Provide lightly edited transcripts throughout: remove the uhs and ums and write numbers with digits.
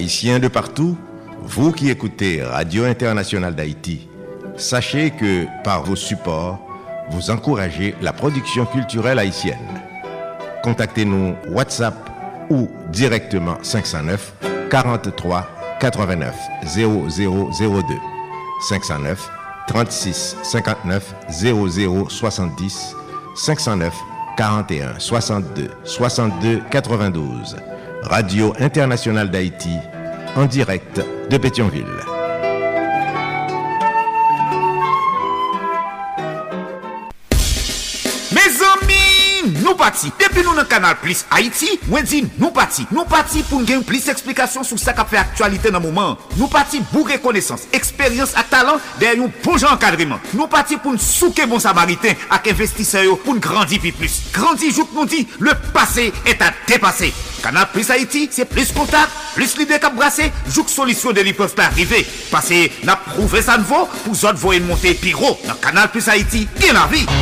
Haïtiens de partout, vous qui écoutez Radio Internationale d'Haïti, sachez que par vos supports, vous encouragez la production culturelle haïtienne. Contactez-nous WhatsApp ou directement 509 43 89 0002 509 36 59 00 70 509 41 62 62 92. Radio Internationale d'Haïti, en direct de Pétionville. Mes amis, nous partis. Depuis nous dans Canal Plus Haïti, moi dis nous partis. Nous partis pour gagner plus d'explications sur ce qui fait actualité dans le moment. Nous partis pour reconnaissance, expérience et talent derrière un bon encadrement. Nous partis pour nous souquer bon samaritain avec investisseurs pour nous grandir plus. Grandir, jour nous dit, le passé est à dépasser. Canal Plus Haïti, c'est plus contact, plus l'idée qu'à brasser, joue solution de l'hypothèse pas arriver. Parce que n'a prouvé ça ne vaut, pour autres voyer monter piro. Dans Canal Plus Haïti, bien la vie.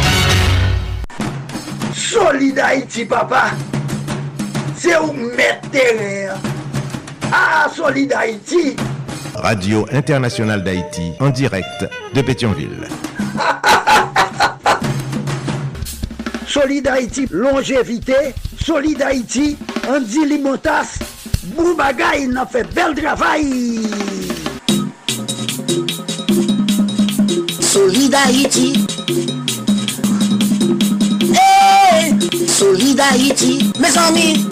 Solid Haïti, papa. C'est où mettre terre. Ah, Solid Haïti. Radio Internationale d'Haïti, en direct de Pétionville. Solid Haïti, longévité. Solid Haïti, Andy Limotas. Boubagaï, n'a fait bel travail. Solid Haïti. Hey, Solid Haïti, mes amis.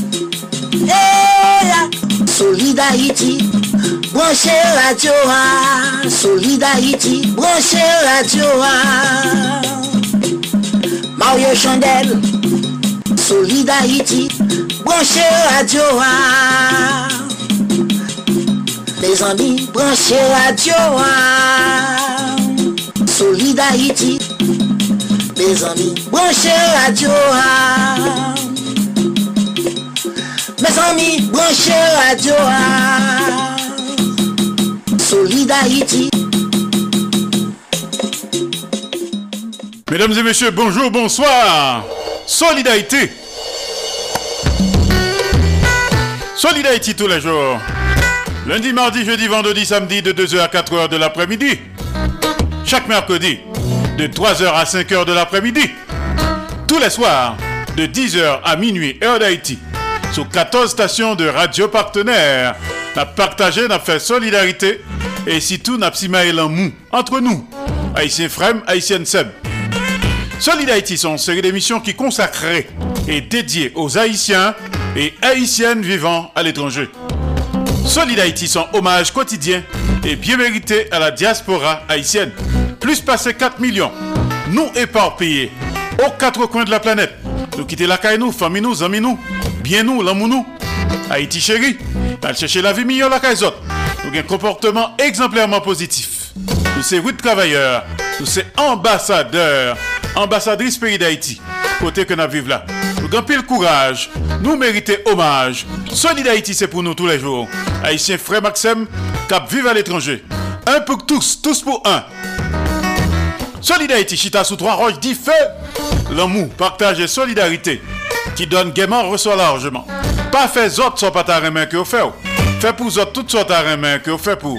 Hey, Solid Haïti, branchez radio. Solid Haïti, branchez radio. Mario Chandel, Solid Haïti, branchez radio. Les amis, branchez radio. Solid Haïti. Mes amis, branchez radio. Mes amis, branchez radio. Solid Haïti. Mesdames et messieurs, bonjour, bonsoir. Solid Haïti. Solid Haïti tous les jours. Lundi, mardi, jeudi, vendredi, samedi de 2h à 4h de l'après-midi. Chaque mercredi, de 3h à 5h de l'après-midi. Tous les soirs, de 10h à minuit, heure d'Haïti. Sur 14 stations de radio partenaires. N'a partagé, n'a fait solidarité. Et surtout, n'a psimaé l'amour entre nous. Haïtien Frem, Haïtien Seb. Solid Haïti sont une série d'émissions qui consacrées et dédiées aux Haïtiens et Haïtiennes vivant à l'étranger. Solid Haïti sont hommage quotidien et bien mérité à la diaspora haïtienne. Plus passé 4 millions, nous éparpillés aux 4 coins de la planète. Nous quitter la caille nous, famille nous, amis nous, bien nous, l'amour nous. Haïti chéri, allons chercher la vie meilleure la caille autres. Nous avons un comportement exemplairement positif. Nous sommes 8 travailleurs, nous sommes ambassadeurs, ambassadrices pays d'Haïti. Côté que nous vivons là. Nous avons pile courage, nous méritons hommage. Solid Haïti c'est pour nous tous les jours. Haïtien frère Maxime, cap vive à l'étranger. Un pour tous, tous pour un. Solid Haïti, chita sous 3 roches, dit feu. L'amour, partage et solidarité. Qui donne gaiement, reçoit largement. Pas fait autres sans pas ta main que vous faites. Fait pour autres toutes sortes de main que vous faites pour.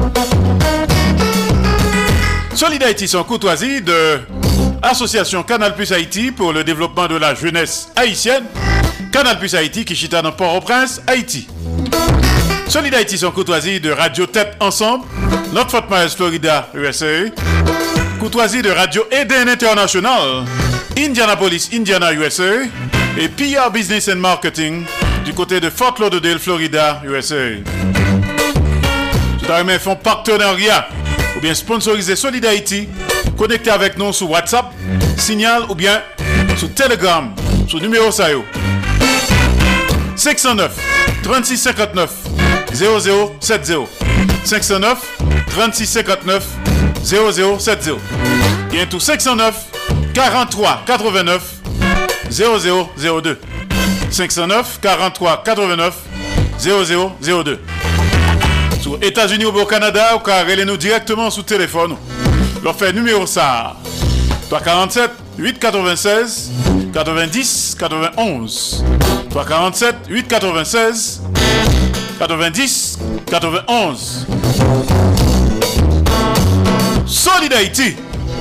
Solid Haïti, son courtoisie de Association Canal Plus Haïti pour le développement de la jeunesse haïtienne. Canal Plus Haïti qui chita dans Port-au-Prince, Haïti. Solid Haïti, son courtoisie de Radio Tête Ensemble, notre Fort Myers, Florida, USA. Courtoisie de Radio Eden International, Indianapolis, Indiana, USA. Et PR Business and Marketing du côté de Fort Lauderdale, Florida, USA. Tout à font partenariat ou bien sponsoriser Solid Haïti. Connectez avec nous sur WhatsApp, Signal ou bien sur Telegram, sur numéro SAYO. 509 36 59 0070. 509 36 59 0070. Bien tout 509 43 89 0002. 509 43 89 0002. Sur États-Unis ou au Canada, ou car relez-nous directement sous téléphone. Leur fait numéro ça 347 896 90 91. 347 896 90 91. Solid Haïti.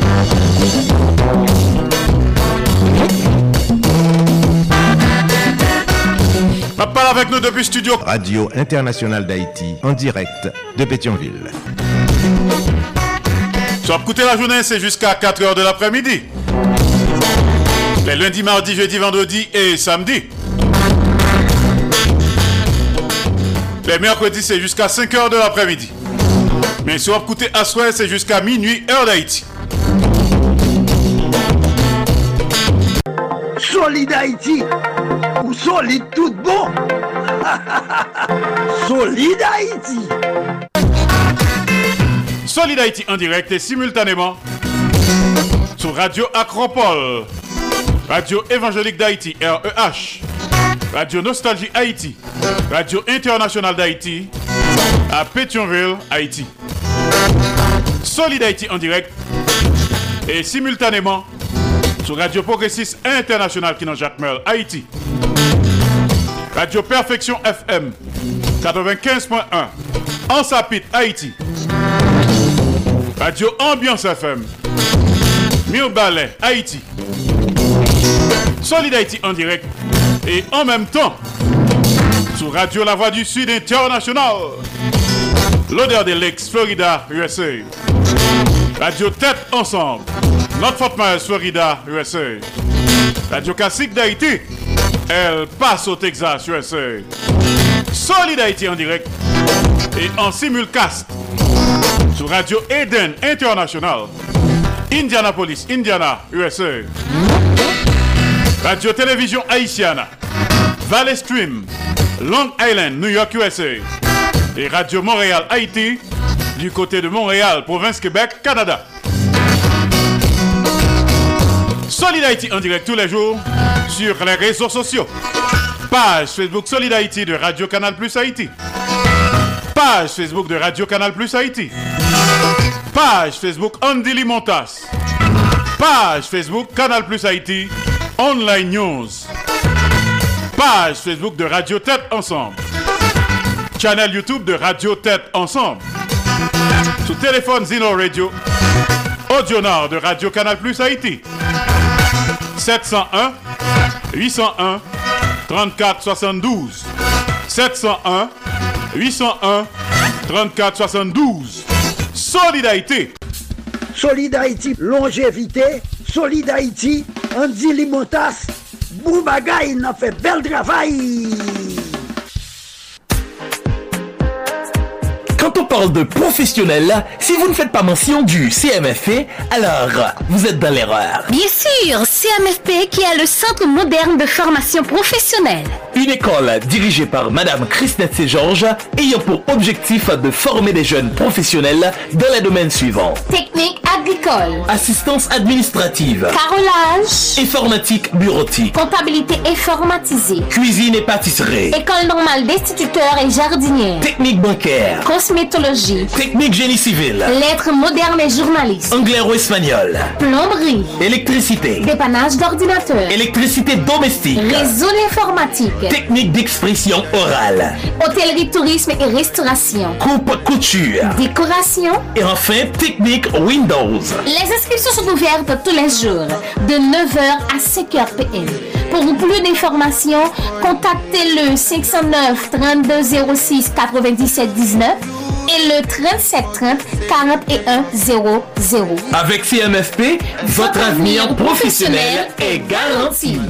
On parle avec nous depuis studio Radio Internationale d'Haïti, en direct de Pétionville. Sur écouter la journée, c'est jusqu'à 4h de l'après-midi. Les lundis, mardis, jeudi, vendredi et samedi. Les mercredis, c'est jusqu'à 5h de l'après-midi. Mais sur écouter à soir, c'est jusqu'à minuit, heure d'Haïti. Solid Haïti, ou solide tout bon. Solid Haïti. Solid Haïti en direct et simultanément sur Radio Acropole, Radio Évangélique d'Haïti, REH, Radio Nostalgie Haïti, Radio Internationale d'Haïti, à Pétionville, Haïti. Solid Haïti en direct et simultanément sur Radio Progressiste International qui est dans Jacmel, Haïti. Radio Perfection FM 95.1 en Sapit, Haïti. Radio Ambiance FM Mirbalais, Haïti. Solid Haïti en direct et en même temps sur Radio La Voix du Sud International, l'odeur de l'ex Florida, USA. Radio Tête Ensemble, North Fort Myers, Florida, USA. Radio Classique d'Haïti, El Paso, Texas, USA. Solid Haïti en direct et en simulcast sur Radio Eden International, Indianapolis, Indiana, USA. Radio Télévision Haïtiana, Valley Stream, Long Island, New York, USA. Et Radio Montréal, Haïti, du côté de Montréal, province Québec, Canada. Solid Haïti en direct tous les jours sur les réseaux sociaux. Page Facebook Solid Haïti de Radio Canal Plus Haïti. Page Facebook de Radio Canal Plus Haïti. Page Facebook Andy Limontas. Page Facebook Canal Plus Haïti Online News. Page Facebook de Radio Tête Ensemble. Channel YouTube de Radio Tête Ensemble. Sous téléphone Zino Radio. Audio Nord de Radio Canal Plus Haïti. 701 801 34 72. 701 801 34 72. Solid Haïti. Solid Haïti, longévité. Solid Haïti, Andy Limontas. Boubagaï, il a fait bel travail. Quand on parle de professionnels, si vous ne faites pas mention du CMFP, alors vous êtes dans l'erreur. Bien sûr, CMFP qui est le Centre moderne de formation professionnelle. Une école dirigée par Madame Christine Georges ayant pour objectif de former des jeunes professionnels dans les domaines suivants. Technique agricole, assistance administrative, carrelage, informatique bureautique, comptabilité informatisée, cuisine et pâtisserie, école normale d'instituteurs et jardinières, technique bancaire, cosmétologie, technique génie civil, lettres modernes et journalistes, anglais ou espagnol, plomberie, électricité, dépannage d'ordinateur, électricité domestique, réseau informatique, technique d'expression orale, hôtellerie, tourisme et restauration, coupe couture, décoration et enfin technique Windows. Les inscriptions sont ouvertes tous les jours de 9h à 5h PM. Pour plus d'informations, contactez le 509 32 06 97 19 et le 37 30 41 00. Avec CMFP, votre avenir professionnel est garanti.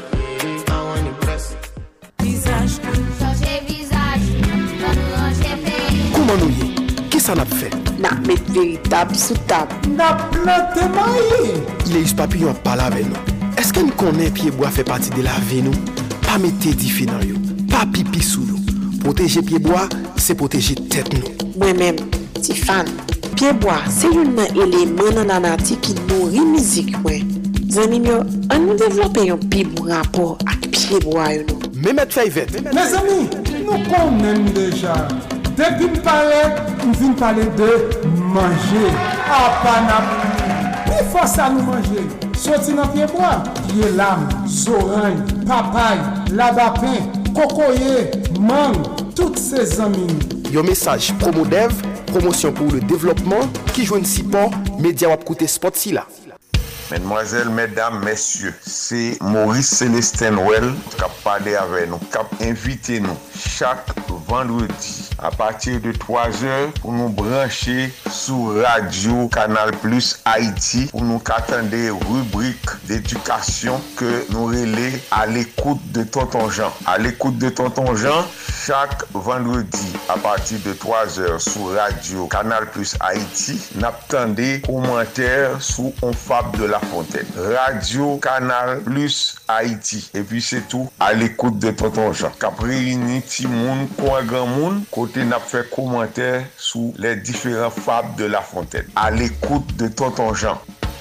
Comment nous y est? Qu'est-ce qu'on a fait? N'a mettre véritable sous table. N'a planté maïe. Les papillons parlent avec nous. Est-ce que nous connaissons pied bois fait partie de la vie nous? Pas mettre diffé dans yo, pas pipi sous nous. Protéger pied bois, c'est protéger tête nous. Moi-même, Tiffane, pied bois, c'est un élément dans la nature qui nourrit musique. Zanimi yo, on nous développe un plus bon rapport avec pied bois nous. Mais mettre Fayvette. Mes amis, nous connaissons déjà. Depuis que nous venons parler de manger. Ah, panap. Il faut ça nous manger. Sorti dans pied bois, pied lame, orange, papaye, labapin, Kokoye, Mang, toutes ces amis. Yon message Promodev, promotion pour le développement, qui joue un support média wap koute spot si la. Mesdemoiselles, mesdames, messieurs, c'est Maurice Célestin Well qui a parlé avec nous, qui a invité nous chaque vendredi à partir de 3h pour nous brancher sur Radio Canal Plus Haïti pour nous attendre des rubriques d'éducation que nous relais à l'écoute de Tonton Jean. À l'écoute de Tonton Jean, chaque vendredi à partir de 3h sur Radio Canal Plus Haïti, n'attendez commentaires sous On Fable de la Fontaine. Radio Canal Plus Haïti. Et puis c'est tout à l'écoute de Tonton Jean. Cap réuni ti moun, kwa grand moun, côté n'a fait commentaire sous les différents fables de La Fontaine. À l'écoute de Tonton Jean.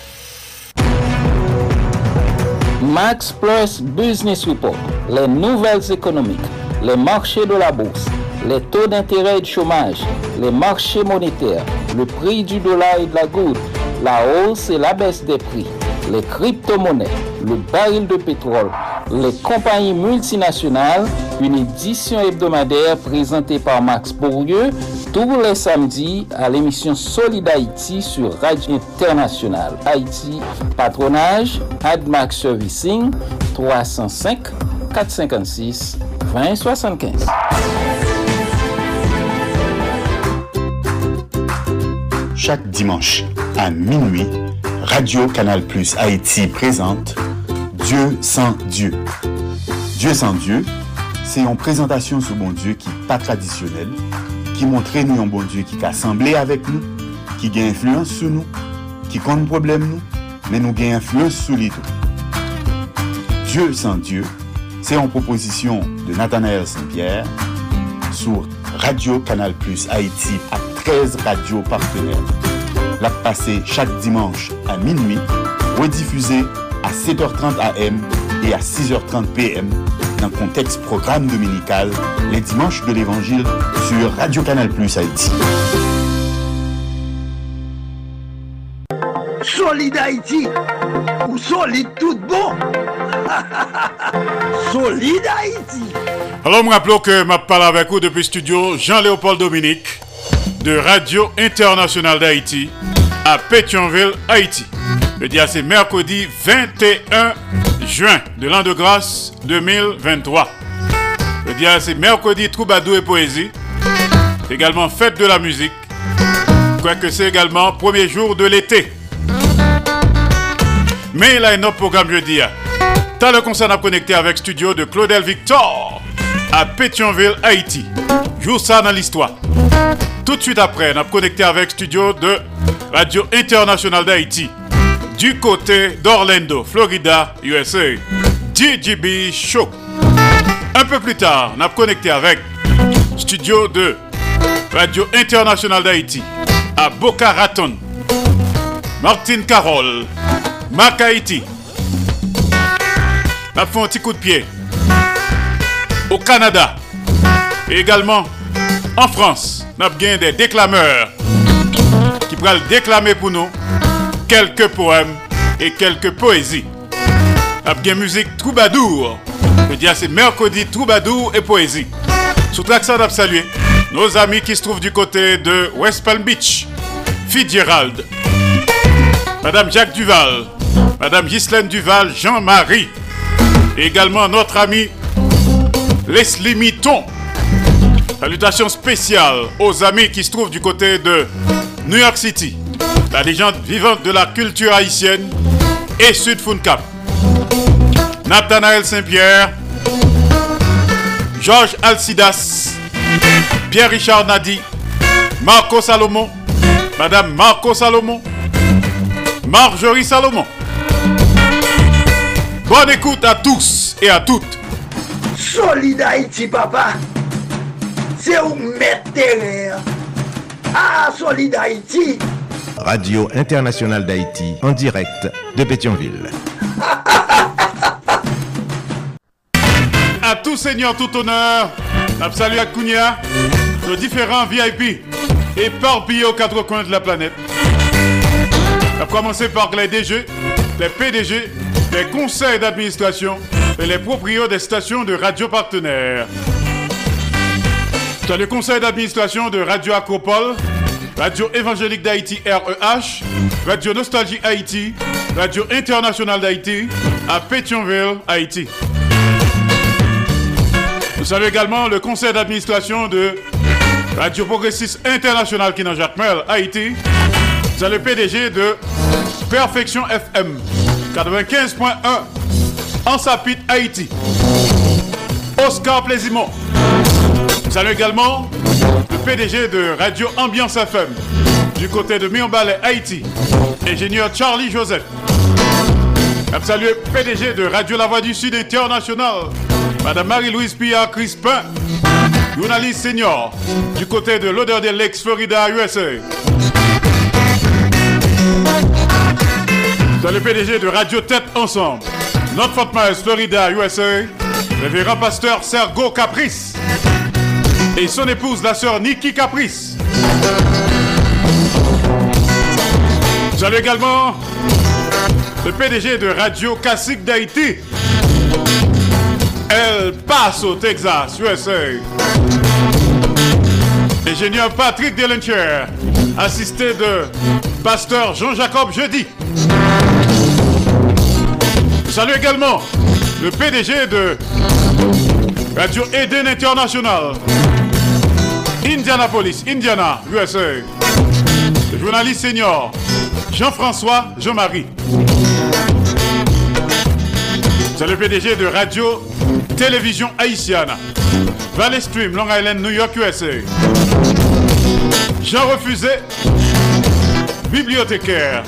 Max Plus Business Report, les nouvelles économiques, les marchés de la bourse, les taux d'intérêt et de chômage, les marchés monétaires, le prix du dollar et de la goutte, la hausse et la baisse des prix, les crypto-monnaies, le baril de pétrole, les compagnies multinationales, une édition hebdomadaire présentée par Max Bourdieu tous les samedis à l'émission Solid Haïti sur Radio Internationale Haïti, patronage AdMax Servicing 305 456 2075. Chaque dimanche à minuit, Radio Canal Plus Haïti présente Dieu sans Dieu. Dieu sans Dieu, c'est une présentation sur bon Dieu qui n'est pas traditionnelle, qui montre nous un bon Dieu qui a assemblé avec nous, qui a influence sur nous, qui compte problème nous, mais nous a influence sur les tout. Dieu sans Dieu, c'est une proposition de Nathanaël Saint-Pierre sur Radio Canal Plus Haïti à 13 radios partenaires. La passée chaque dimanche à minuit, rediffusée à 7h30 AM et à 6h30 PM dans le contexte programme dominical les dimanches de l'Évangile sur Radio Canal Plus Haïti. Solid Haïti, ou solide tout bon. Solid Haïti. Alors, je me rappelle que je parle avec vous depuis le studio Jean-Léopold Dominique de Radio Internationale d'Haïti à Pétionville, Haïti. Le dia c'est mercredi 21 juin de l'an de grâce 2023. Le dia c'est mercredi troubadour et poésie. C'est également fête de la musique. Quoique c'est également premier jour de l'été. Mais il a un autre programme jeudi. T'as le concert à connecter avec studio de Claudel Victor à Pétionville, Haïti. Joue ça dans l'histoire. Tout de suite après, on a connecté avec studio de Radio Internationale d'Haïti du côté d'Orlando, Florida, USA. DJB Show. Un peu plus tard, on a connecté avec studio de Radio Internationale d'Haïti à Boca Raton, Martine Carole, Mac Haïti. On a fait un petit coup de pied au Canada et également en France. On a bien des déclameurs qui pourraient déclamer pour nous quelques poèmes et quelques poésies. On a bien musique troubadour. Le dia c'est mercredi troubadour et poésie. Sous track ça, on a salué nos amis qui se trouvent du côté de West Palm Beach, Fitzgerald, Madame Jacques Duval, Madame Ghislaine Duval, Jean-Marie, et également notre ami Leslie Mitton. Salutations spéciales aux amis qui se trouvent du côté de New York City, la légende vivante de la culture haïtienne et Sud Funcap. Nathanaël Saint-Pierre, Georges Alcidas, Pierre-Richard Nadi, Marco Salomon, Madame Marco Salomon, Marjorie Salomon. Bonne écoute à tous et à toutes. Solid Haïti, papa. C'est où mettre terrain. Ah, Solid Haïti. Radio Internationale d'Haïti, en direct de Pétionville. À tout seigneur, tout honneur, salut à Kounia, nos différents VIP éparpillés aux quatre coins de la planète. On va commencer par les DG, les PDG les conseils d'administration et les propriétaires des stations de radio partenaires. Tu as le conseil d'administration de Radio Acropole, Radio Évangélique d'Haïti REH, Radio Nostalgie Haïti, Radio Internationale d'Haïti à Pétionville, Haïti. Nous saluons également le conseil d'administration de Radio Progressiste International qui est dans Jacmel, Haïti. Nous avons le PDG de Perfection FM 95.1 en Sapit, Haïti. Oscar Plaisimont. Nous saluons également le PDG de Radio Ambiance FM du côté de Mionbalais, Haïti, ingénieur Charlie Joseph. Nous saluons le PDG de Radio La Voix du Sud International, Madame Marie-Louise Pillard Crispin, journaliste senior du côté de l'Odeur des Lakes, Florida, USA. Nous saluons le PDG de Radio Tête Ensemble, North Fort Myers, Florida, USA, révérend pasteur Sergo Caprice et son épouse, la sœur Nikki Caprice. Nous saluons également le PDG de Radio Classique d'Haïti, El Paso, Texas, USA. Ingénieur Patrick Delencher, assisté de pasteur Jean-Jacob Jeudi. Nous saluons également le PDG de Radio Eden International, Indianapolis, Indiana, USA. Le journaliste senior Jean-François Jean-Marie. C'est le PDG de Radio Télévision Haïtienne, Valley Stream, Long Island, New York, USA. Jean Refusé, bibliothécaire.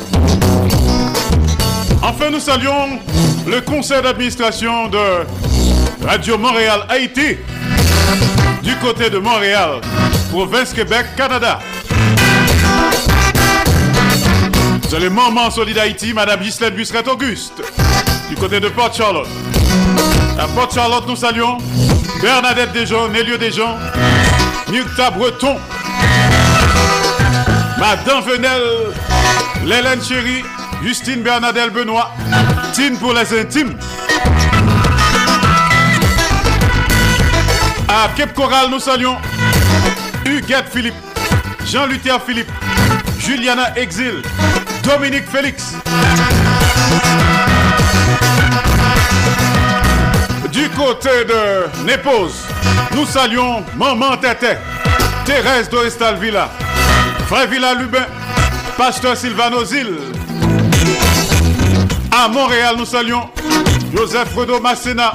Enfin, nous saluons le conseil d'administration de Radio Montréal, Haïti, du côté de Montréal, province Québec, Canada. C'est le Maman Solide Haïti, Madame Ghislaine Busseret-Auguste, du côté de Port Charlotte. À Port Charlotte, nous saluons Bernadette Desjons, Nélio Desjons, Nukta Breton, Madame Venel, Lélène Chéri, Justine Bernadette Benoît, Tine pour les intimes. À Cape Coral, nous saluons Huguette Philippe, Jean-Luther Philippe, Juliana Exil, Dominique Félix. Du côté de Népose, nous saluons Maman Tété, Thérèse Dorestal Villa, Frère Villa Lubin, Pasteur Sylvano Zil. À Montréal, nous saluons Joseph Fredo Masséna,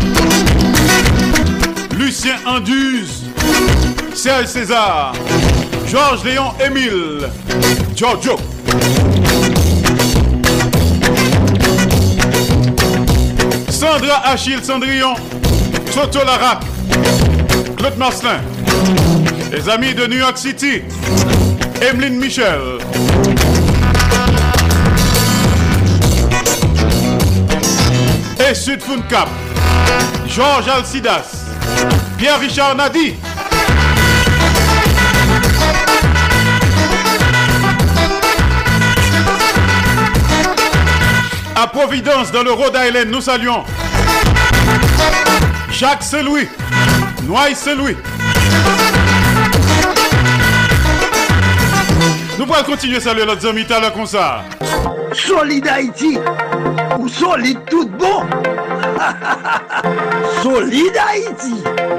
Lucien Anduze, Serge César, Georges Léon Émile, Giorgio. Sandra Achille Cendrillon, Toto Larac, Claude Marcelin, les amis de New York City, Emeline Michel. Et Sud Funcap, Georges Alcidas, Pierre-Richard Nadi. À Providence, dans le Rhode Island, nous saluons Jacques Saint-Louis, Noailles Saint-Louis. Nous pourrons continuer à saluer notre ami tout à l'heure comme ça. Solide Haïti, ou solide tout bon. Solide Haïti.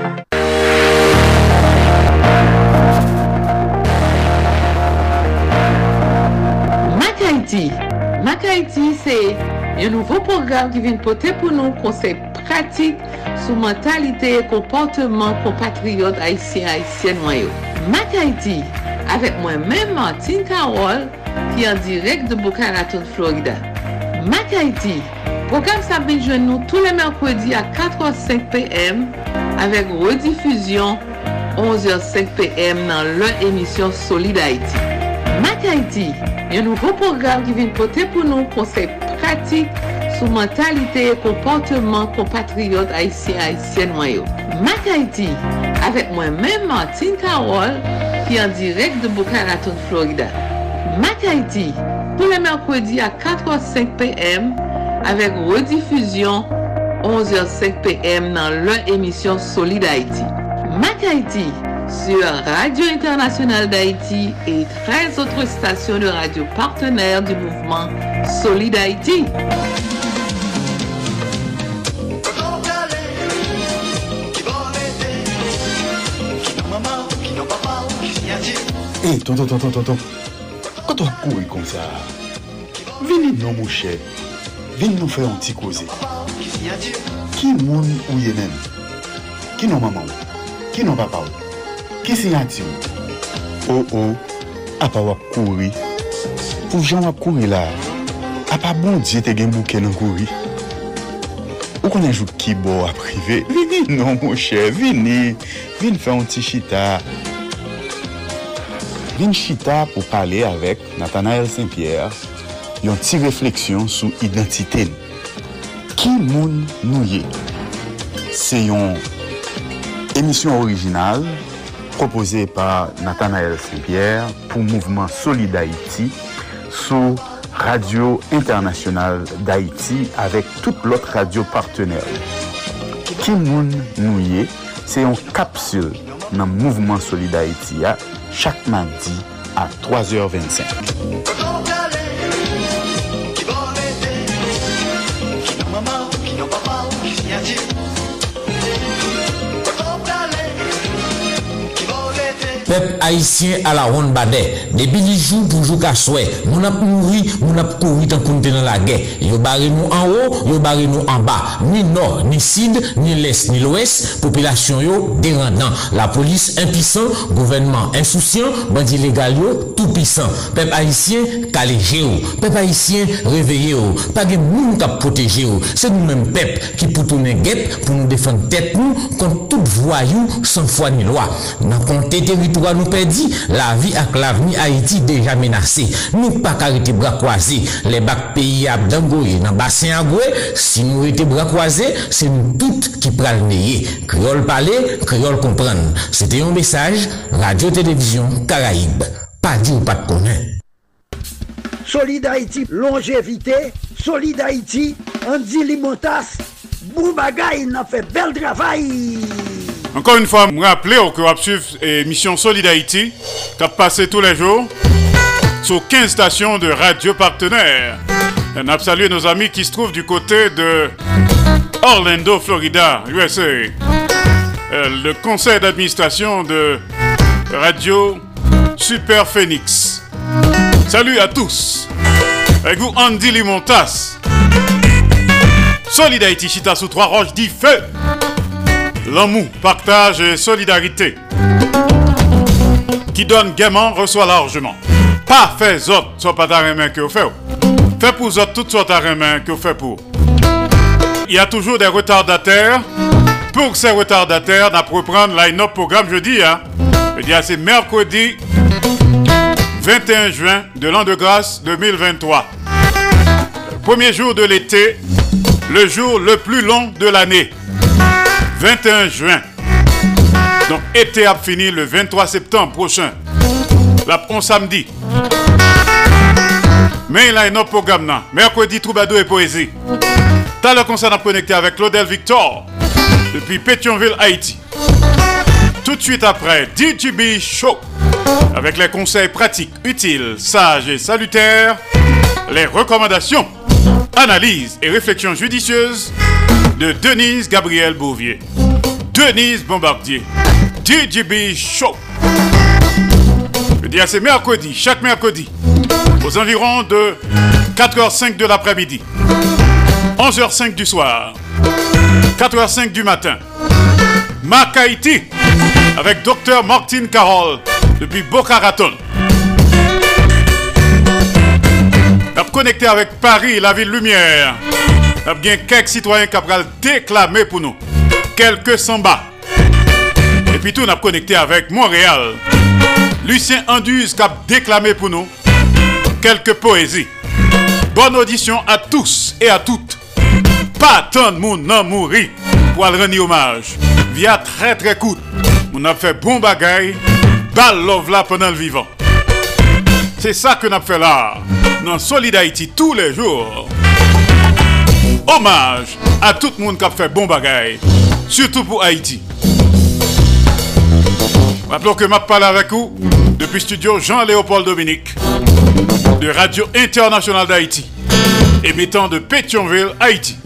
Mac Haïti, c'est un nouveau programme qui vient porter pour nous conseils pratiques sur mentalité et comportement compatriotes haïtiens haïtiennes noyaux. Mac Haïti, avec moi-même Martine Carole, qui est en direct de Boca Raton, Florida. Mac Haïti, programme ça vient joindre nous tous les mercredis à 4h05 p.m. avec rediffusion 11h05 p.m. dans leur émission Solide Haïti. Mac Haïti, un nouveau programme qui vient porter pour nous conseils pratiques sur mentalité et comportement compatriotes haïtiens haïtiennes noyaux. Mac Haïti, avec moi-même Martine Carole, qui est en direct de Boca Raton, Florida. Mac Haïti, tous les mercredis à 4h05 p.m. avec rediffusion 11h05 PM dans leur émission Solid Haïti. Mac Haïti sur Radio Internationale d'Haïti et 13 autres stations de radio partenaires du mouvement Solid Haïti. Hey, tonton. Quand on court comme ça, venez non, mon cher. Venez nous faire un petit causer. Qui moun ou yé même? Qui non maman? Qui non papa? Qui signature? Oh, à pas wap courir. Pour gens wap courir là, à pas bon Dieu te gen bouquet dans courir. Ou qu'on a joué qui bo à privé? Venez non, mon cher, venez faire un petit chita. Vin chita pour parler avec Nathanaël Saint-Pierre, une petite réflexion sur l'identité. Qui moun nou yé? C'est une émission originale proposée par Nathanaël Saint-Pierre pour Mouvement Solid Haïti sur Radio Internationale d'Haïti avec toute l'autre radio partenaire. Qui moun nou yé? C'est une capsule dans le Mouvement Solid Haïti chaque mardi à 3h25. Peuple haïtien à la ronde badet. Depuis les jours pour jouer qu'à souhait. Mon a mouru, mon a couru tant qu'on dans la guerre. Yo barré nous en haut, yo barré nous en bas. Ni nord, ni sud, ni l'est, ni l'ouest. Population yo dérendant. La police impuissant, gouvernement insouciant, bandit légal yo tout puissant. Peuple haïtien calégé yo. Peuple haïtien réveillé yo. Pas de monde qui protéger yo. C'est nous-mêmes peuple qui pour tourner guette pour nous défendre tête nous contre tout voyou sans foi ni loi. Dans compter territoire nous perdit, la vie avec l'avenir Haïti déjà menacée. Nous pas arrêter bras croisés. Les bacs pays à Dangoye dans bassin à Goué, si nous étions bras croisés, c'est nous toutes qui pral neyer. Créole parler, créole comprendre. C'était un message Radio Télévision Caraïbe. Pas dit ou pas de connaître. Solid Haïti, longévité. Solid Haïti, Andy Limotas. Boubagaï, n'a fait bel travail. Encore une fois, je me rappelle que vous suivez l'émission Solid Haïti qui a passé tous les jours sur 15 stations de radio partenaires. On a salué nos amis qui se trouvent du côté de Orlando, Florida, USA. Le conseil d'administration de Radio Super Phoenix. Salut à tous. Avec vous, Andy Limontas. Solid Haïti, Chita sous trois roches, dit feu. L'amour, partage et solidarité. Qui donne gaiement, reçoit largement. Pas fait autres, soit pas ta main que vous faites. Fait pour autres, toutes sortes de main que vous faites pour. Il y a toujours des retardataires. Pour ces retardataires, on a pour prendre line-up programme jeudi. Jeudi, c'est mercredi 21 juin de l'an de grâce 2023. Premier jour de l'été, le jour le plus long de l'année. 21 juin. Donc, été a fini le 23 septembre prochain. Là, on samedi. Mais il a un autre programme. Mercredi, troubadour et poésie. T'as le concert à connecter avec Claudel Victor. Depuis Pétionville, Haïti. Tout de suite après, DJB Show. Avec les conseils pratiques, utiles, sages et salutaires. Les recommandations, analyses et réflexions judicieuses de Denise Gabriel Bouvier. Denise Bombardier. DJB Show. Je dis à c'est mercredi, chaque mercredi, aux environs de 4h05 de l'après-midi, 11h05 du soir, 4h05 du matin. Mac Haïti avec Dr Martine Carole depuis Boca Raton. On a connecté avec Paris, la ville lumière. On a bien quelques citoyens qui ont déclamé pour nous. Quelques samba. Et puis tout, on a connecté avec Montréal. Lucien Anduze qui a déclamé pour nous quelques poésies. Bonne audition à tous et à toutes. Pas tant de monde n'a mouru pour aller rendre hommage. Via très très court. On a fait bon bagaille. Balle love là pendant le vivant. C'est ça que nous avons fait là. Dans Solid Haïti tous les jours. hommage à tout le monde qui a fait bon bagaille, surtout pour Haïti. Rappelons que je parle avec vous depuis studio Jean-Léopold Dominique de Radio Internationale d'Haïti, émettant de Pétionville, Haïti.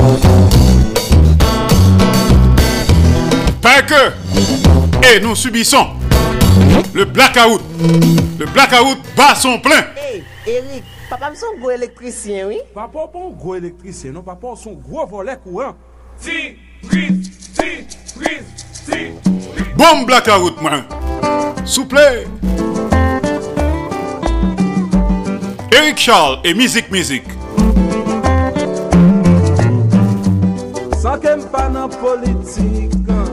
Pas que, et nous subissons le blackout. Le blackout bat son plein. Hey, Eric, papa me son gros électricien, oui? Papa pas un gros électricien, non, papa son gros volet courant. Si. Bon blackout, moi. Souple. Eric Charles et Musique. Sans qu'elle pas dans politique.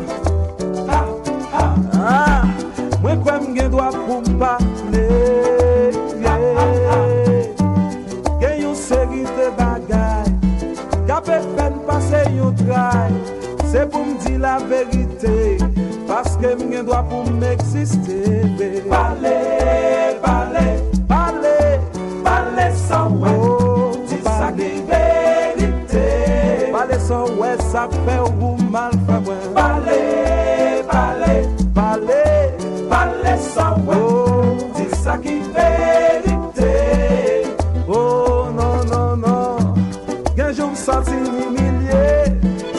Moi, comme je dois pour parler. Il y a une série de bagailles. Qu'a fait peine passer un trail. C'est pour me dire la vérité. Parce que je dois pour m'exister. Parler sans ouais. Dis ça qui vérité. Parler sans ouais, ça fait ou mal fait ouais. Parler sans ouais. Dis ça qui vérité. Oh non. Quand je me sens humilié.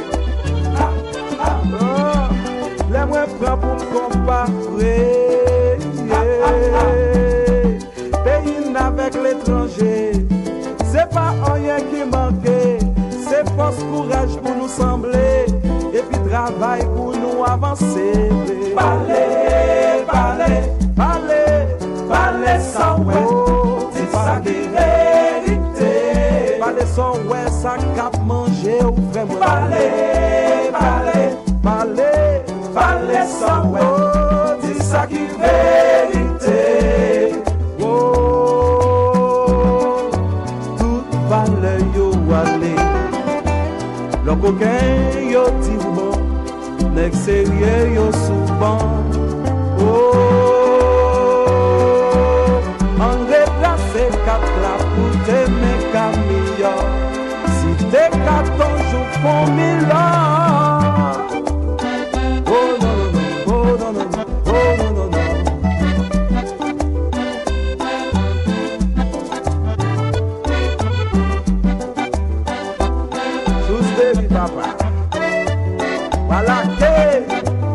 Les moins prends pour me comparer. Pays avec l'étranger. C'est pas rien qui manquait. C'est force, courage pour nous sembler. Et puis travail pour nous avancer. Parler sans ouais. C'est ça qui est vérité. Parler sans ouais, ça cap manger ou vraiment. Parler sans ouais. C'est ça qui est vérité. Tout valeur yo aller. Le coquin yo dit bon. L'extérieur yo souvent. En déplacé cap là pour t'aimer Camille. Si t'es 14 jours pour 1000 ans. Oh non. Sous baby papa. Voilà que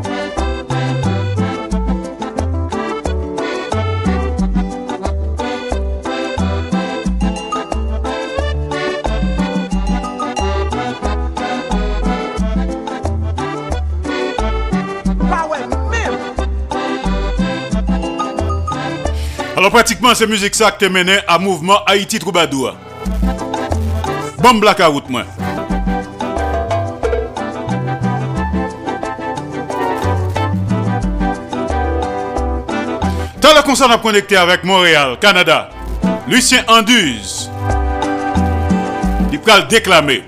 alors pratiquement c'est musique ça qui te mené à mouvement Haïti Troubadour. Bon blackout moi. Dans le concert on a connecté avec Montréal, Canada. Lucien Anduze. Il peut le déclamer.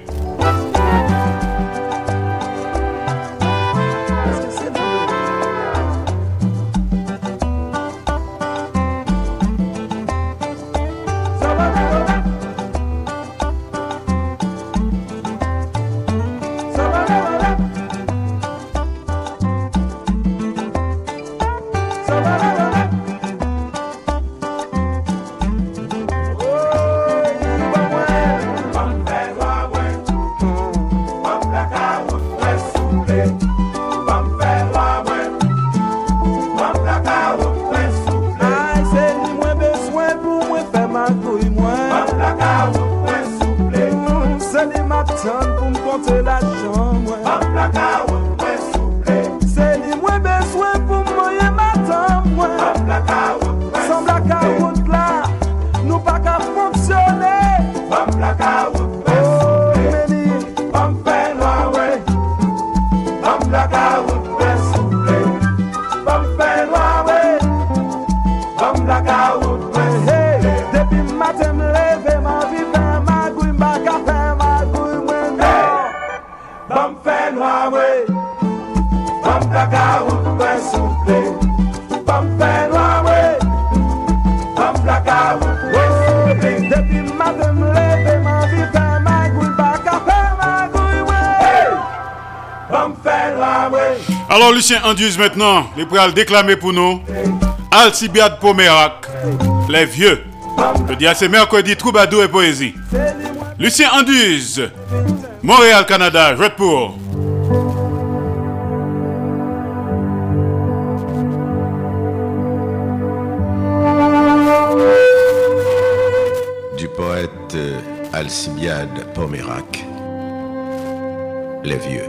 Depuis matin me lever, ma vie fait ma goule bac à faire. Alors Lucien Anduze maintenant, les prêts à le déclamer pour nous. Alcibiade Pomérac, les vieux. Je dis à c'est mercredi, troubadour et poésie. Lucien Anduze, Montréal, Canada, je pour. Du poète Alcibiade Pomérac, les vieux.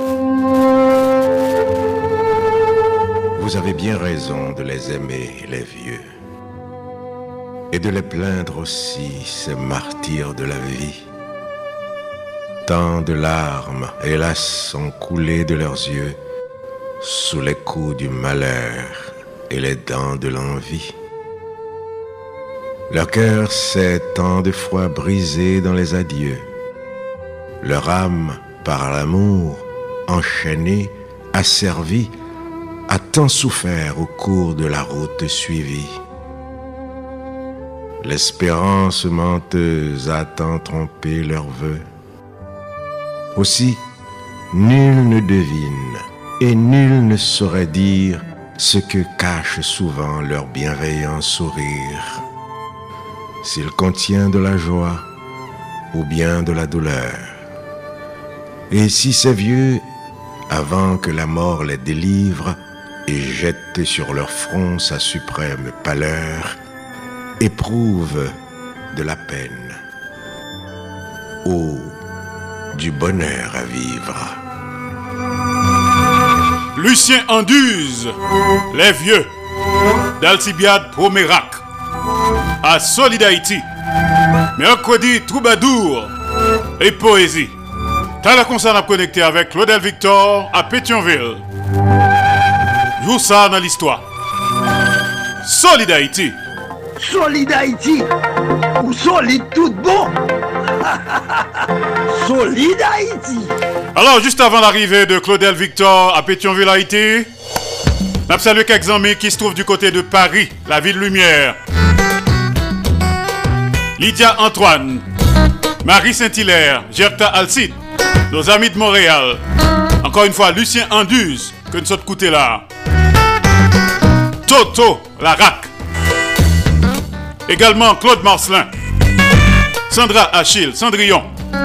Vous avez bien raison de les aimer, les vieux, et de les plaindre aussi, ces martyrs de la vie. Tant de larmes, hélas, ont coulé de leurs yeux sous les coups du malheur et les dents de l'envie. Leur cœur s'est tant de fois brisé dans les adieux. Leur âme, par l'amour, enchaînée, asservie, a tant souffert au cours de la route suivie. L'espérance menteuse a tant trompé leurs vœux. Aussi, nul ne devine et nul ne saurait dire ce que cache souvent leur bienveillant sourire. S'il contient de la joie ou bien de la douleur. Et si ces vieux, avant que la mort les délivre et jette sur leur front sa suprême pâleur, éprouvent de la peine ou du bonheur à vivre. Lucien Anduze, les vieux, d'Alcibiade Pomérac, à Solid Haïti, mercredi troubadour et poésie. T'as la concerne à connecter avec Claudel Victor à Pétionville. Joue ça dans l'histoire. Solid Haïti. Solid Haïti, ou solide tout bon. Solid Haïti. Alors, juste avant l'arrivée de Claudel Victor à Pétionville, Haïti, on salue quelques amis qui se trouvent du côté de Paris, la ville lumière. Lydia Antoine, Marie Saint-Hilaire, Gerta Alcide, nos amis de Montréal. Encore une fois, Lucien Anduze, que nous sommes écoutés là. Toto Larac. Également Claude Marcelin, Sandra Achille, Cendrillon,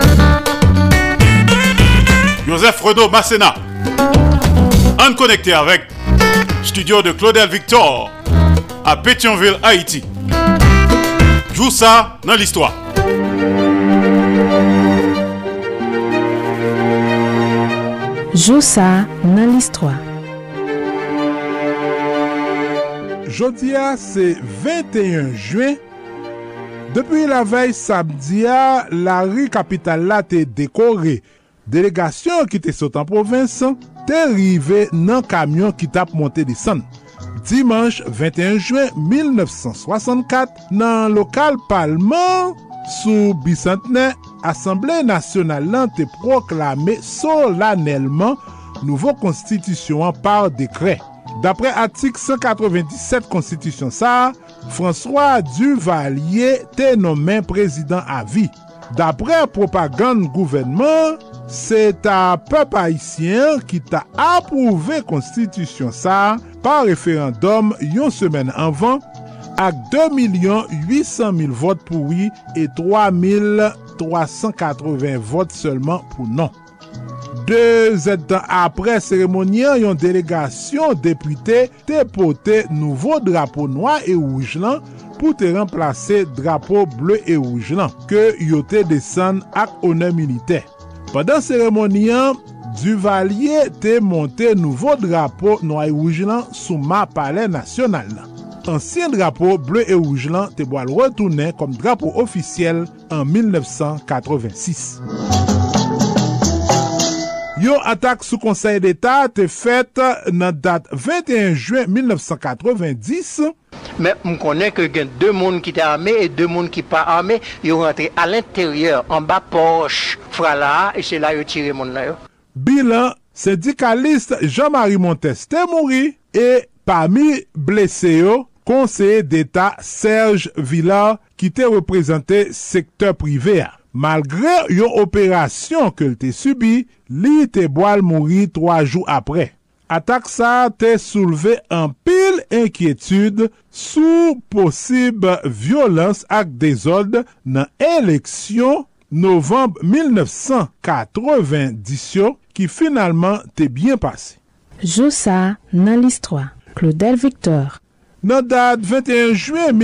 Joseph Renaud Masséna. En connecté avec studio de Claudel Victor à Pétionville, Haïti. Joue ça dans l'histoire. Joue ça dans l'histoire. Jodia, c'est 21 juin. Depuis la veille samedi, la rue capitale là te décorée. Délégation qui te saute en province, te arrivé dans camion qui t'a monté descendre. Dimanche 21 juin 1964, dans le local Parlement, sous bicentenaire, Assemblée nationale là te proclamé solennellement nouvelle constitution par décret. D'après article 197 Constitution ça, François Duvalier t'est nommé président à vie. D'après propagande gouvernement, c'est un peuple haïtien qui t'a approuvé Constitution ça par référendum une semaine avant avec 2 800 000 votes pour oui et 3 380 votes seulement pour non. 2 ans après cérémonie, une délégation député te porté nouveau drapeau noir et rouge là pour te remplacer drapeau bleu et rouge là que yote descend avec honneur militaire. Pendant cérémonie, Duvalier te monté nouveau drapeau noir et rouge là sous ma palais national. Ancien drapeau bleu et rouge là te boit retourner comme drapeau officiel en 1986. Yon attaque sous Conseil d'État te faite dans date 21 juin 1990. Mais on connaît que il y a 2 monde qui étaient armés et 2 monde qui pas armés. Ils sont rentrés à l'intérieur, en bas poche, frala, et c'est là qu'ils tiré monde là. Bilan, syndicaliste Jean-Marie Montes est mort et parmi blessés, conseiller d'État Serge Villard qui te représenté secteur privé. Malgré une opération que te subi, li te boal mouri 3 jours après. Attaque ça te soulevé en pile inquiétude sous possible violence ak désordre dans élection novembre 1990 qui finalement te bien passé. Josa dans l'histoire. Claudel Victor. Dans date 21 juin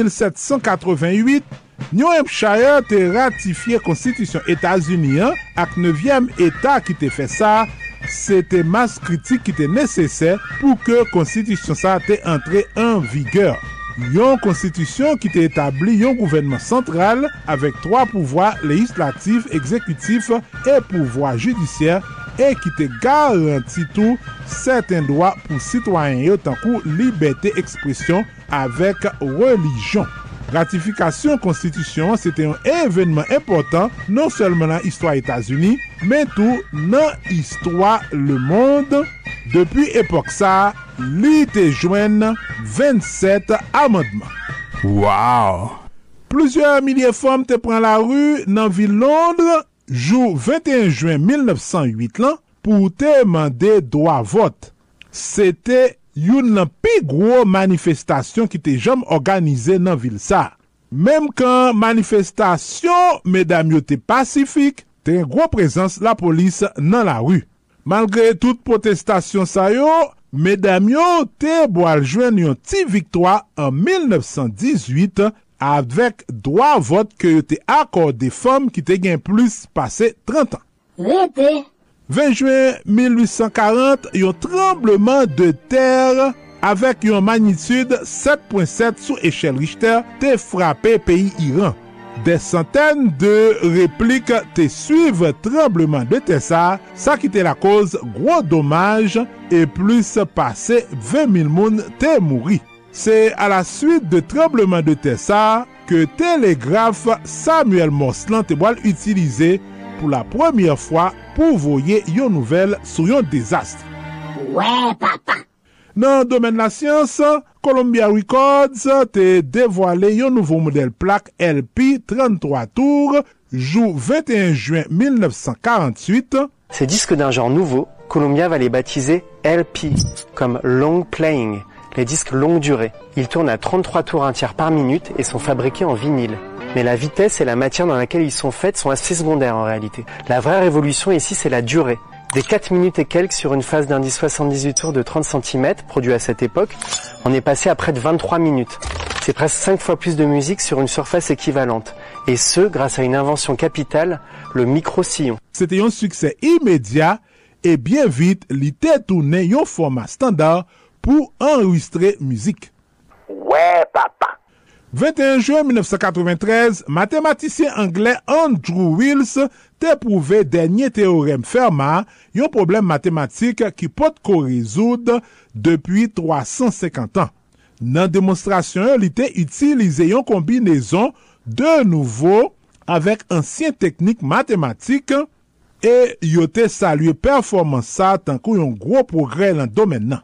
1788, New Hampshire te ratifié Constitution États-Unis ak 9e État qui te fait ça. C'était masse critique qui était nécessaire pour que Constitution ça te entré en vigueur. Une constitution qui était établie un gouvernement central avec 3 pouvoirs législatifs, exécutifs et pouvoirs judiciaires et qui te garantit tout certains droits pour citoyens autant que liberté d'expression avec religion. Ratification constitution, c'était un événement important non seulement dans l'histoire États-Unis, mais tout dans l'histoire le monde. Depuis époque ça, li te joignent 27 amendements. Wow! Plusieurs milliers de femmes te prennent la rue dans ville Londres, jour 21 juin 1908 là, pour te demander droit vote. C'était une plus grosse manifestation qui était jamais organisée dans ville ça. Même quand manifestation, mesdames yo te pacifique, te une grosse présence la police dans la rue. Malgré toute protestation ça yo, mesdames yo te boal joindre une petite victoire en 1918 avec droit vote que yo te accordé femmes qui te gain plus passé 30 ans. Rete. 20 juin 1840, un tremblement de terre avec une magnitude 7.7 sous échelle Richter te frappé pays Iran. Des centaines de répliques te suivent tremblement de terre ça qui était la cause gros dommages et plus passé 20 000 moun te mouri. C'est à la suite de tremblement de terre ça que télégraphe Samuel Morslan te boal utilisé pour la première fois pour voyer une nouvelle sur un désastre. Ouais, papa. Dans le domaine de la science, Columbia Records te dévoilé un nouveau modèle plaque LP 33 tours, jour 21 juin 1948. Ces disques d'un genre nouveau, Columbia va les baptiser LP, comme Long Playing, les disques longue durée. Ils tournent à 33 tours 1 tiers par minute et sont fabriqués en vinyle. Mais la vitesse et la matière dans laquelle ils sont faits sont assez secondaires en réalité. La vraie révolution ici, c'est la durée. Des 4 minutes et quelques sur une phase d'un disque 78 tours de 30 cm, produit à cette époque, on est passé à près de 23 minutes. C'est presque 5 fois plus de musique sur une surface équivalente. Et ce, grâce à une invention capitale, le micro-sillon. C'était un succès immédiat et bien vite, il était tourné un format standard pour enregistrer musique. Ouais, papa. 21 juin 1993, mathématicien anglais Andrew Wills te prouvé dernier théorème Fermat, un problème mathématique qui peut résoudre depuis 350 ans. Dans la démonstration, il était utilisé une combinaison de nouveau avec ancienne technique mathématique et il était salué performance ça tant qu'un gros progrès dans le domaine.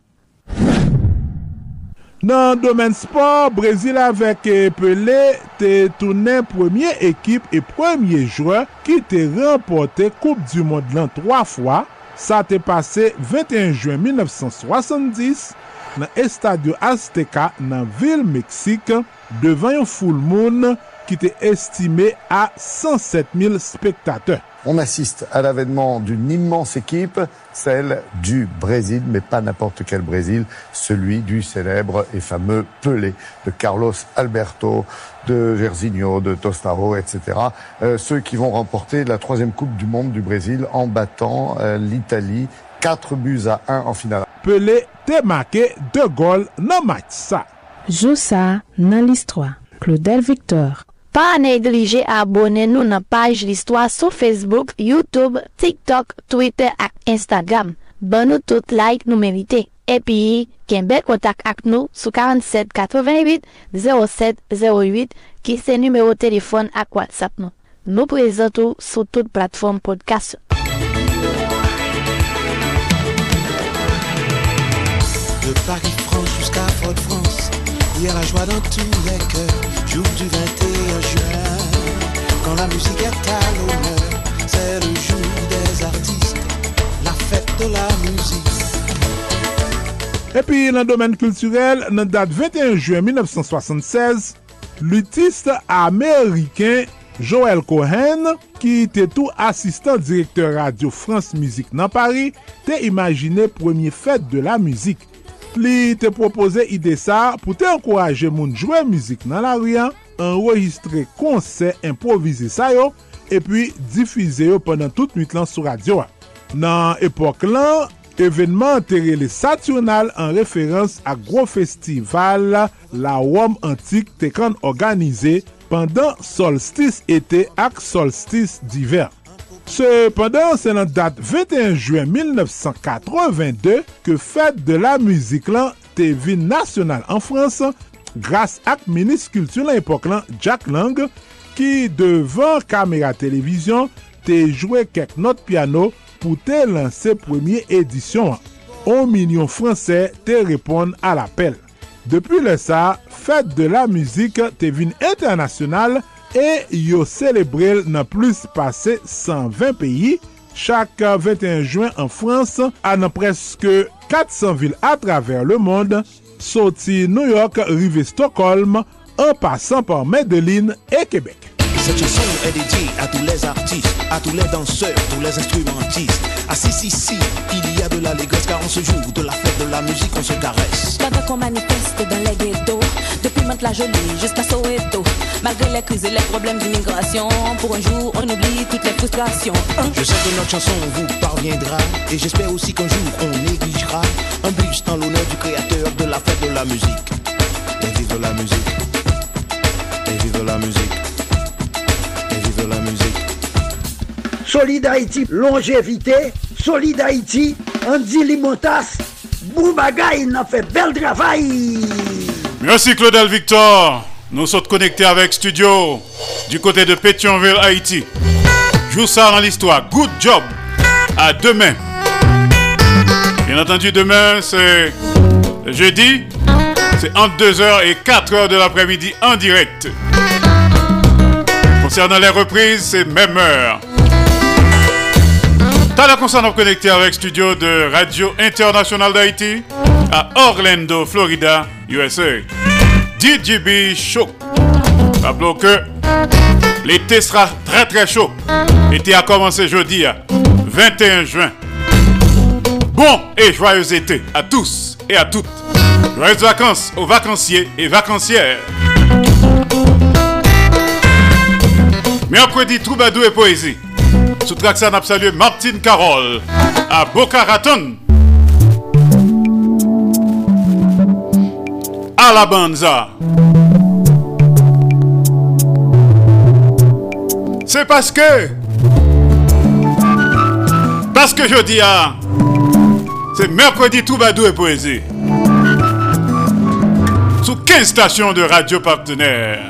Dans le domaine sport, Brésil avec Pelé te tourné première équipe et premier joueur qui te remporté Coupe du Monde 3 fois. Ça t'est passé 21 juin 1970 dans l'Estadio Azteca dans ville Mexique devant un full moon qui était estimé à 107 000 spectateurs. On assiste à l'avènement d'une immense équipe, celle du Brésil, mais pas n'importe quel Brésil, celui du célèbre et fameux Pelé, de Carlos Alberto, de Jairzinho, de Tostaro, etc. Ceux qui vont remporter la 3e Coupe du Monde du Brésil en battant l'Italie 4-1 en finale. Pelé te marqué 2 goals dans le match ça. Josa dans l'histoire. Claudel Victor. Pas négliger à abonner nous dans page l'histoire sur Facebook, YouTube, TikTok, Twitter et Instagram. Bon nous tout like nous mériter. Et puis, qu'un contact avec nous sur 47 88 07 08 qui c'est numéro de téléphone à WhatsApp nous. Nous présentons sur toute plateforme podcast. De Paris-France jusqu'à Fort-de-France, il y a la joie dans tous les cœurs. Jour du 21 juin, quand la musique est à l'honneur. C'est le jour des artistes, la fête de la musique. Et puis, dans le domaine culturel, dans la date 21 juin 1976, l'artiste américain Joel Cohen, qui était tout assistant directeur radio France Musique dans Paris, t'a imaginé premier fête de la musique. Il t'a proposé idée ça pour t'encourager moun jouer musique dans la rue, enregistrer concert improvisé ça yo, et puis diffuser yo pendant toute nuit là sur radio. Dans l'époque là, événement enterré les Saturnales en référence à gros festival la Rome antique t'est organisé pendant solstice été et solstice d'hiver. Cependant, c'est la date 21 juin 1982 que fête de la musique là t'est ville nationale en France grâce à ministre culture à l'époque là Jack Lang qui devant caméra télévision t'est joué quelques notes piano pour te lancer première édition. 1 million français te répondent à l'appel. Depuis le ça, fête de la musique te vin internationale et yo célébré dans plus passé 120 pays. Chaque 21 juin en France, à dans presque 400 villes à travers le monde, sorti New York, rive Stockholm, en passant par Medellin et Québec. Cette chanson est dédiée à tous les artistes, à tous les danseurs, tous les instrumentistes. Ah si, il y a de l'allégresse car en ce jour de la fête de la musique on se caresse. Pendant qu'on manifeste dans les ghettos, depuis Mantes-la-Jolie jusqu'à Soweto, malgré les crises et les problèmes d'immigration, pour un jour on oublie toutes les frustrations. Je sais que notre chanson vous parviendra et j'espère aussi qu'un jour on négligera un buste en l'honneur du créateur de la fête de la musique. Et vive la musique, et vive la musique. De la musique. Solid Haïti, longévité. Solid Haïti, Andy Limotas. Boubagaï, n'a fait bel travail. Merci Claudel Victor. Nous sommes connectés avec Studio du côté de Pétionville, Haïti. Joue ça dans l'histoire. Good job. À demain. Bien entendu, demain, c'est jeudi. C'est entre 2h et 4h de l'après-midi en direct. Concernant les reprises, c'est même heure. T'as la concerne connecté avec studio de Radio Internationale d'Haïti à Orlando, Florida, USA. DJB Show. Rappelons que l'été sera très très chaud. L'été a commencé jeudi, 21 juin. Bon et joyeux été à tous et à toutes. Joyeuses vacances aux vacanciers et vacancières. Mercredi, Troubadou et Poésie. Sous track ça, n'a salué Martine Carole à Boca Raton. Alabanza. C'est parce que je dis c'est mercredi Troubadou et Poésie. Sous 15 stations de radio partenaires.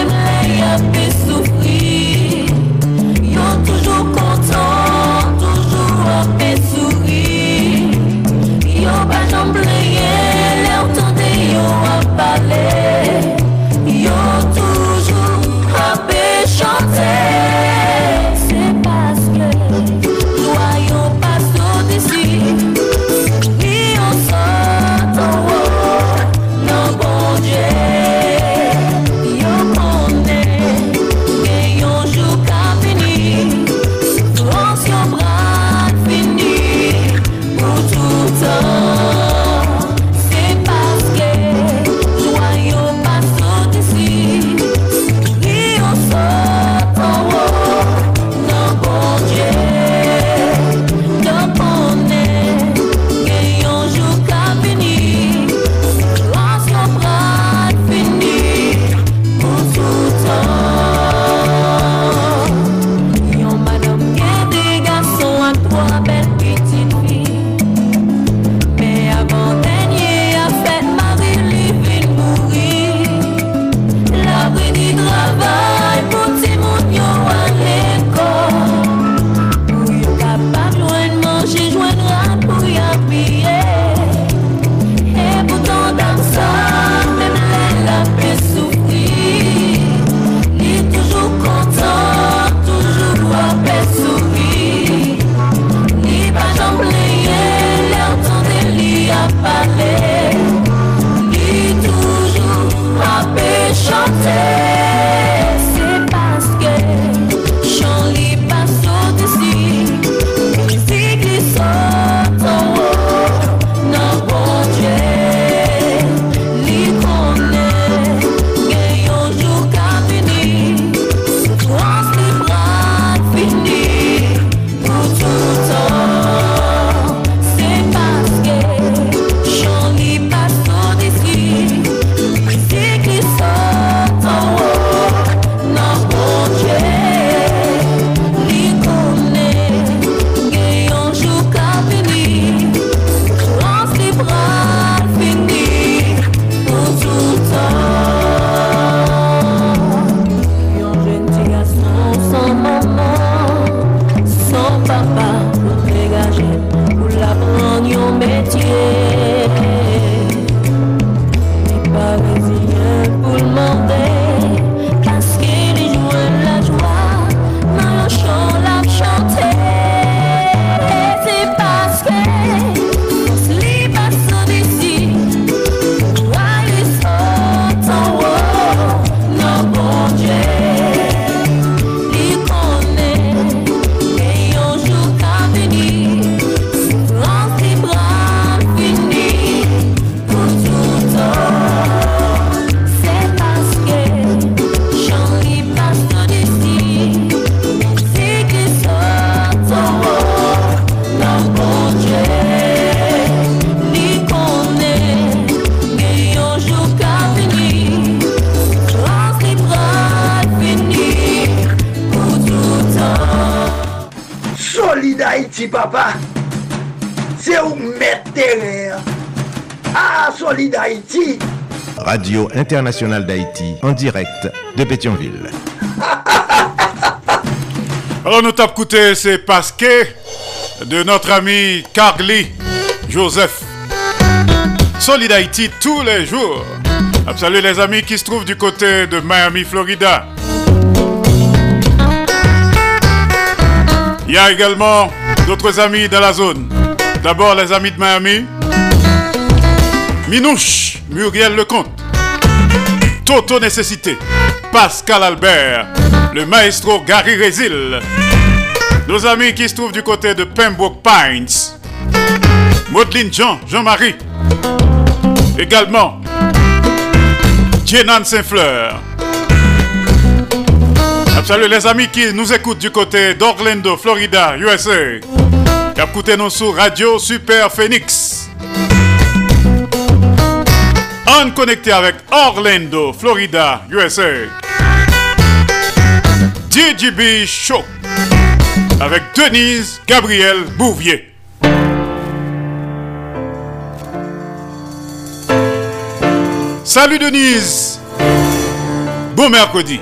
Toujours content, toujours Haïti, papa. C'est où mettre terrain. Ah, Solid Haïti. Radio Internationale d'Haïti, en direct de Pétionville. Alors nous t'avons écouté, c'est Pasquet de notre ami Carly Joseph. Solid Haïti tous les jours. Salut les amis qui se trouvent du côté de Miami, Florida. Il y a également d'autres amis dans la zone. D'abord les amis de Miami. Minouche, Muriel Lecomte, Toto Nécessité, Pascal Albert, le maestro Gary Résil. Nos amis qui se trouvent du côté de Pembroke Pines. Maudeline Jean-Marie. Également Jenan Saint-Fleur. Salut les amis qui nous écoutent du côté d'Orlando, Florida, USA. Écoutez-nous sur Radio Super Phoenix. On connecté avec Orlando, Florida, USA. DJB Show avec Denise Gabriel Bouvier. Salut Denise. Bon mercredi.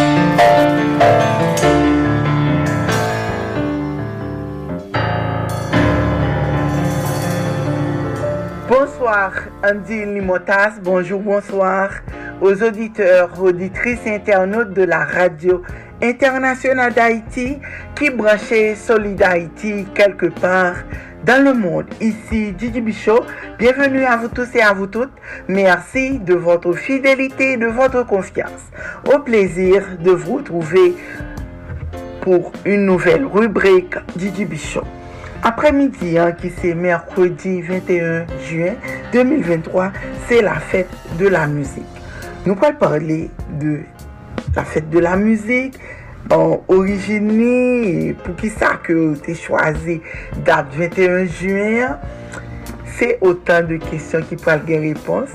Bonsoir Andy Limotas, bonjour, bonsoir aux auditeurs, auditrices et internautes de la radio internationale d'Haïti qui branchait Solid Haïti quelque part dans le monde. Ici Gigi Bichot, bienvenue à vous tous et à vous toutes. Merci de votre fidélité et de votre confiance. Au plaisir de vous retrouver pour une nouvelle rubrique Gigi Bichot. Après-midi, qui c'est mercredi 21 juin 2023, c'est la fête de la musique. Nous allons parler de la fête de la musique, origine, pour qui ça que tu as choisi date 21 juin. C'est autant de questions qui peuvent avoir réponse.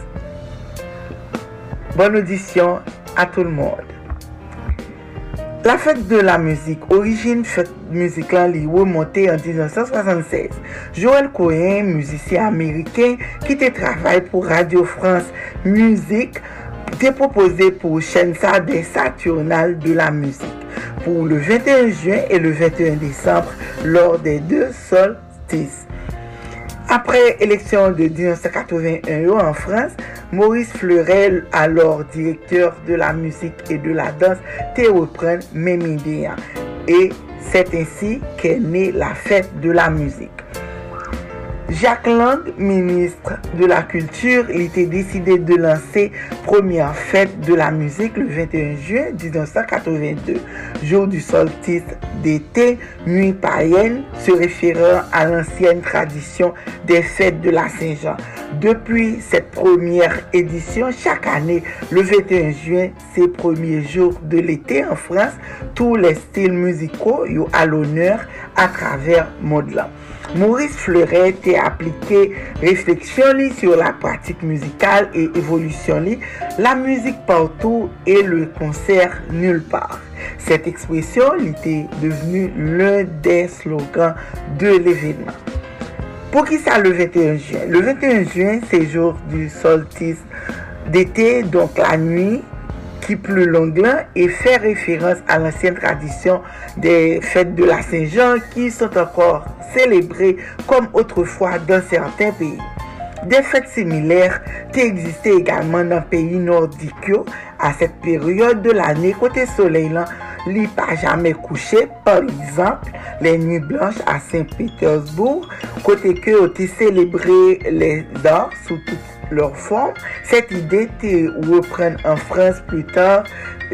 Bonne audition à tout le monde. La fête de la musique, origine fête musicale est remontée en 1976. Joel Cohen, musicien américain qui travaille pour Radio France Musique, a proposé pour chaîne ça des Saturnales de la musique pour le 21 juin et le 21 décembre lors des deux solstices. Après l'élection de 1981 en France, Maurice Fleuret, alors directeur de la musique et de la danse, reprend même idée. Et c'est ainsi qu'est née la fête de la musique. Jacques Lang, ministre de la Culture, il était décidé de lancer première fête de la musique le 21 juin 1982, jour du solstice d'été, nuit païenne, se référant à l'ancienne tradition des fêtes de la Saint-Jean. Depuis cette première édition, chaque année, le 21 juin, c'est premier jour de l'été en France, tous les styles musicaux sont à l'honneur à travers Modelan. Maurice Fleuret a appliqué réflexion sur la pratique musicale et évolution la musique partout et le concert nulle part. Cette expression était devenue l'un des slogans de l'événement. Pour qui ça le 21 juin? Le 21 juin, c'est jour du solstice d'été, donc la nuit qui plus longue et fait référence à l'ancienne tradition des fêtes de la Saint-Jean qui sont encore célébrées comme autrefois dans certains pays. Des fêtes similaires existaient également dans les pays nordiques à cette période de l'année. Côté soleil, n'est pas jamais couché, par exemple les nuits blanches à Saint-Pétersbourg, côté que ont célébré les arts sous toutes leurs formes. Cette idée te reprend en France plus tard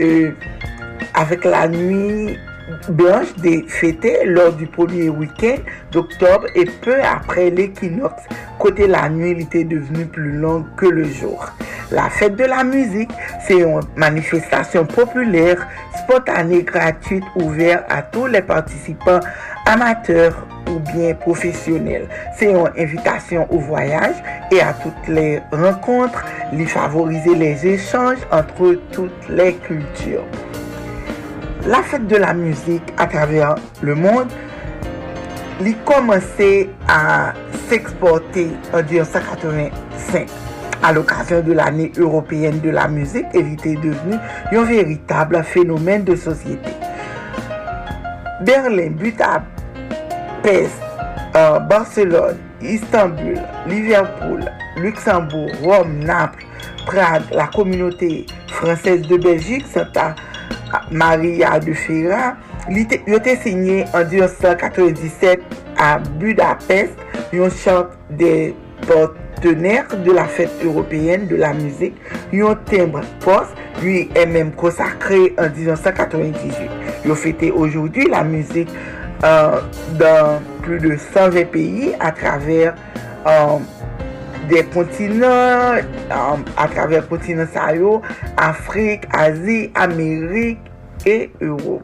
avec la nuit blanche des fêtés lors du premier week-end d'octobre et peu après l'équinoxe. Côté la nuit, il était devenu plus long que le jour. La fête de la musique, c'est une manifestation populaire, spontanée, gratuite, ouverte à tous les participants amateurs ou bien professionnels. C'est une invitation au voyage et à toutes les rencontres, les favoriser les échanges entre toutes les cultures. La fête de la musique à travers le monde il a commencé à s'exporter en 1985 à l'occasion de l'année européenne de la musique et il était devenu un véritable phénomène de société. Berlin, Budapest, Barcelone, Istanbul, Liverpool, Luxembourg, Rome, Naples, Prague, la communauté française de Belgique, Santa Maria de Ferrat, il était signé en 1997 à Budapest, un charte des partenaires de la fête européenne de la musique, un timbre poste, lui est même consacré en 1998. Il fêté aujourd'hui la musique dans plus de 120 pays à travers des continents, à travers le continent Sahel, Afrique, Asie, Amérique et Europe.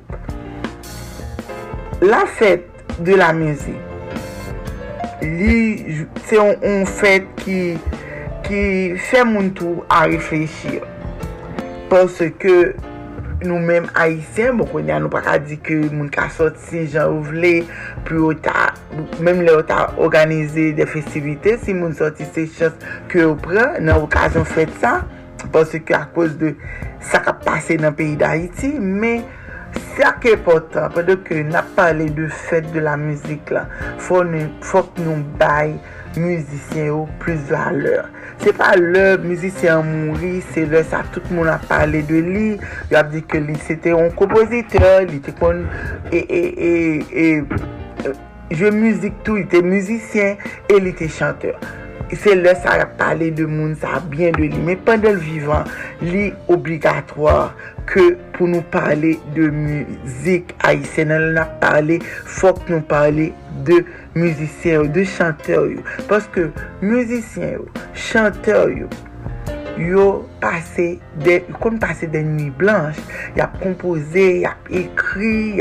La fête de la musique, c'est une fête qui fait mon tour à réfléchir. Parce que nous-mêmes haïtiens, bon, on n'a pas dit que nous avons sorti, j'en voulais, puis même les autres organisé des festivités, si nous sorti ces choses que nous prenons, dans l'occasion de faire ça, parce que à cause de ça qui a passé dans le pays d'Haïti, mais c'est qui est important, parce que nous avons parlé de fête de la musique, là, faut que nous baillons musiciens plus valeur. C'est pas le musicien mourir, c'est le ça tout le monde a parlé de lui. Il a dit que lui c'était un compositeur, il était jouer musique tout, il était musicien et il était chanteur. C'est là ça a parlé de monde, ça a bien de lui. Mais pendant le vivant, il obligatoire que pour nous parler de musique haïtienne, on a parlé, faut que nous parlions de musiciens, de chanteurs. Parce que musiciens, chanteurs, ils ont passé des nuits blanches. Ils ont composé, ils ont écrit,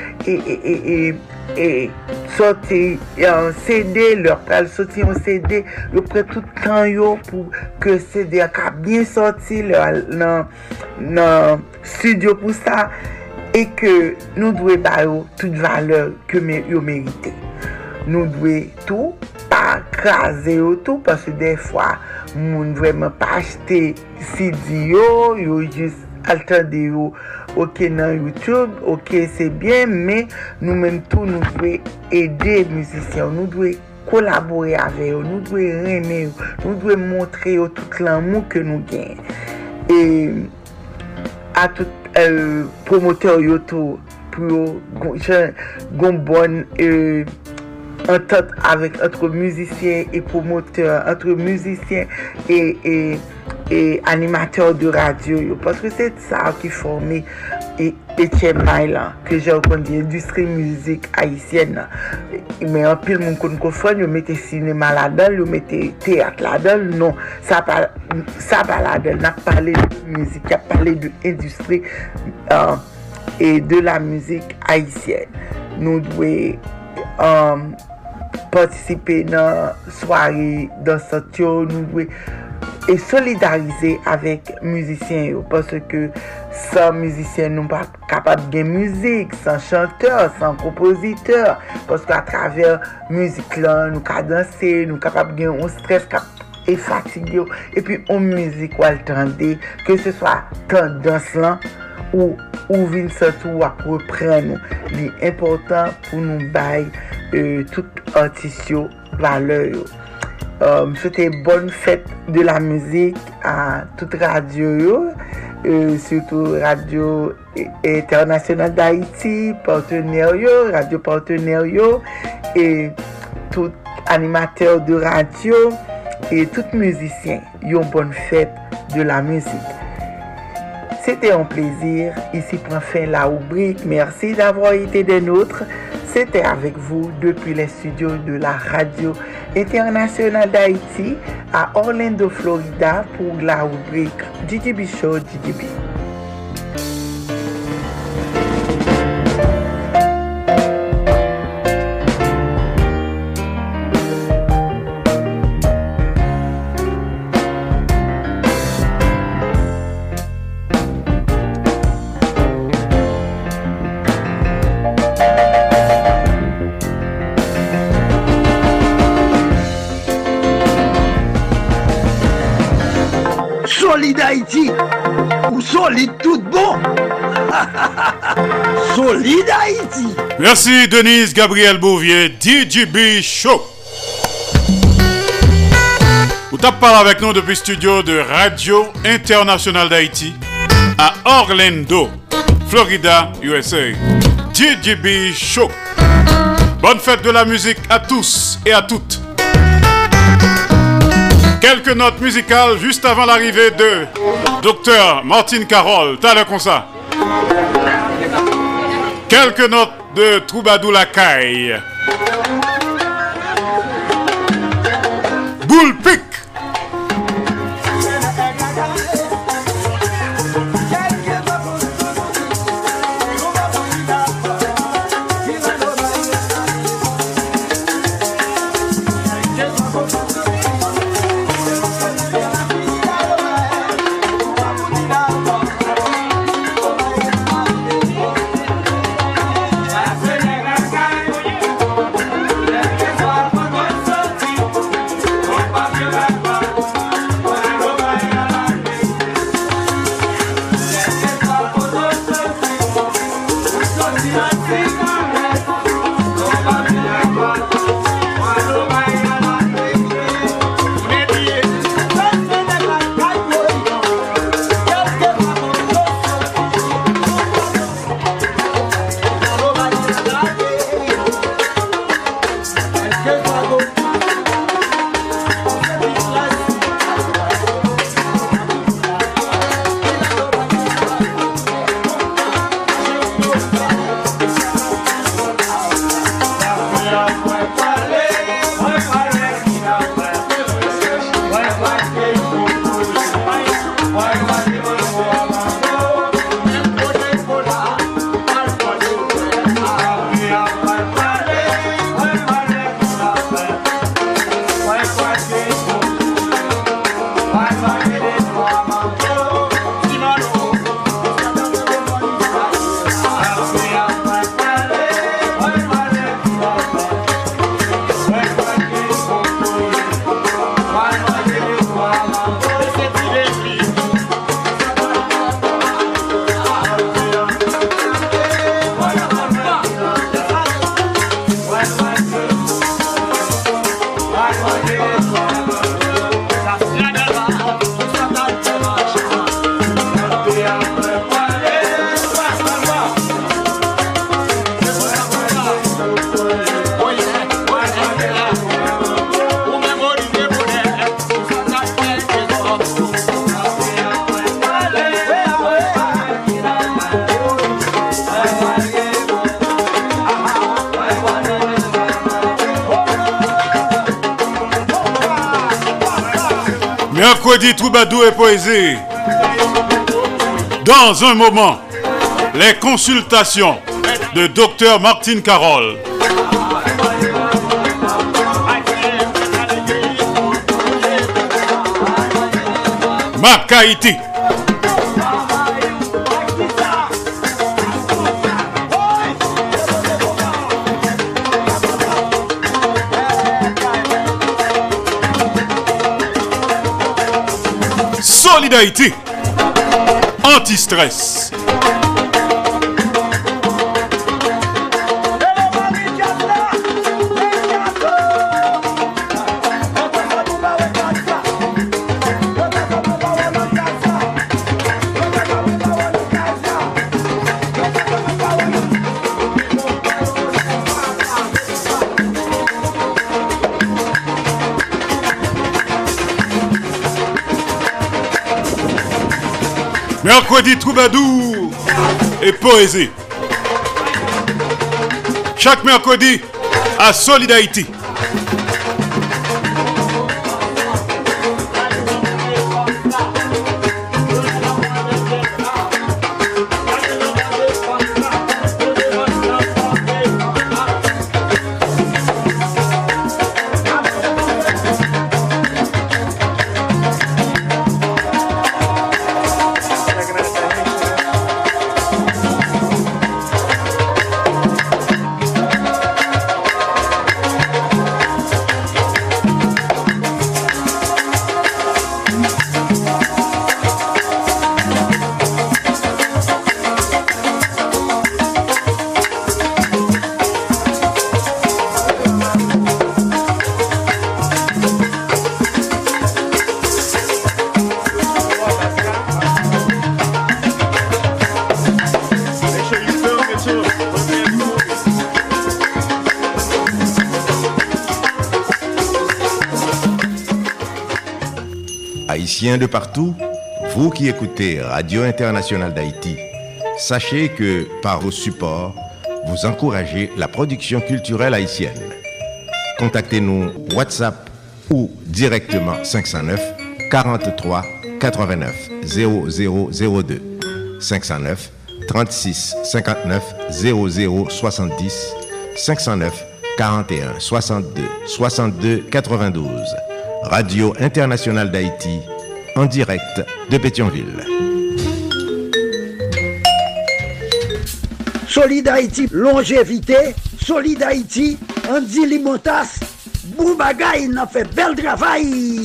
et sorti un CD, leur pral sorti un CD, ils prennent tout le temps pour que CD a bien sorti dans studio pour ça et que nous devons avoir toute valeur que nous méritons. Nous devons tout, pas craser tout parce que des fois, nous ne vraiment pas acheter CD, yo juste attendre ok dans YouTube, ok c'est bien, mais nous-mêmes tout, nous devons aider les musiciens, nous devons collaborer avec eux, nous devons aimer, nous devons montrer tout l'amour que nous gagnons. Et à tout promoteur YouTube pour une bonne entente avec entre musiciens et promoteurs, entre musiciens et animateurs de radio, parce que c'est ça qui formait Etienne Maïlan, que j'ai reconnu l'industrie musique haïtienne. Mais en pile, mon confrère, ils mettaient cinéma là-dedans, ils mettaient théâtre là-dedans. Non, ça pas là-dedans. On a parlé de musique, on a parlé de l'industrie et de la musique haïtienne. Nous devons participer dans la soirée, dans cette nous devons et solidariser avec musiciens parce que sans musiciens nous pas capable de musique, sans chanteur, sans compositeur, parce qu'à travers musique là nous ca danser, nous capable de un stress et fatigué et puis en musique ou entendre que ce soit tendance là ou vinn surtout à reprendre l'important pour nous bailler tout artiste valeur. C'était bonne fête de la musique à toute radio, surtout Radio Internationale d'Haïti, partenaire, radio partenaire et tout animateur de radio et tout musicien. Une bonne fête de la musique. C'était un plaisir. Ici prend fin la rubrique. Merci d'avoir été des nôtres. C'était avec vous depuis les studios de la Radio Internationale d'Haïti à Orlando, Florida pour la rubrique DJB Show DJB. Haïti, ou solide tout bon. Solide Haïti. Merci Denise Gabriel Bouvier, DJB Show. Vous tapez parlé avec nous depuis le studio de Radio Internationale d'Haïti à Orlando, Florida, USA. DJB Show. Bonne fête de la musique à tous et à toutes. Quelques notes musicales juste avant l'arrivée de Dr Martine Carole. T'as l'air comme ça. Quelques notes de Troubadour Lacaille. Boule Pic. Mercredi Troubadour et Poésie. Dans un moment, les consultations de Dr Martine Carole. Makaïti. Solidarité, anti-stress. Mercredi Troubadour et Poésie. Chaque mercredi à Solidarité. Haïtiens de partout, vous qui écoutez Radio Internationale d'Haïti, sachez que par vos supports, vous encouragez la production culturelle haïtienne. Contactez-nous WhatsApp ou directement 509 43 89 0002 509 36 59 00 70 509 41 62 62 92. Radio Internationale d'Haïti, en direct de Pétionville. Solid Haïti, longévité. Solid Haïti, Andy Limotas. Boubagaï, n'a fait bel travail.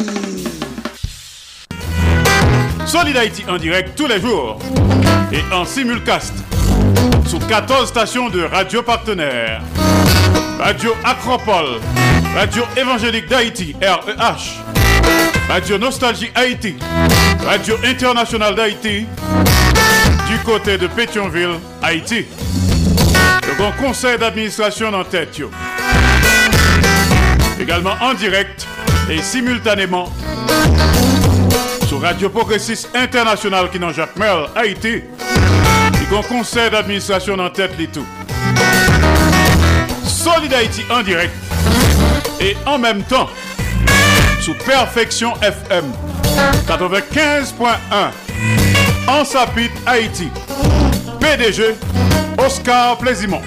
Solid Haïti en direct tous les jours et en simulcast sous 14 stations de radio partenaires. Radio Acropole, Radio Évangélique d'Haïti, REH, Radio Nostalgie Haïti, Radio Internationale d'Haïti, du côté de Pétionville, Haïti. Le grand conseil d'administration en tête. Également en direct et simultanément sur Radio Progressiste International qui dans Jacques Merle, Haïti. Le grand conseil d'administration en tête, les tout. Solid Haïti en direct et en même temps sous Perfection FM 95.1 en Sapit Haïti. PDG Oscar Plaisimont.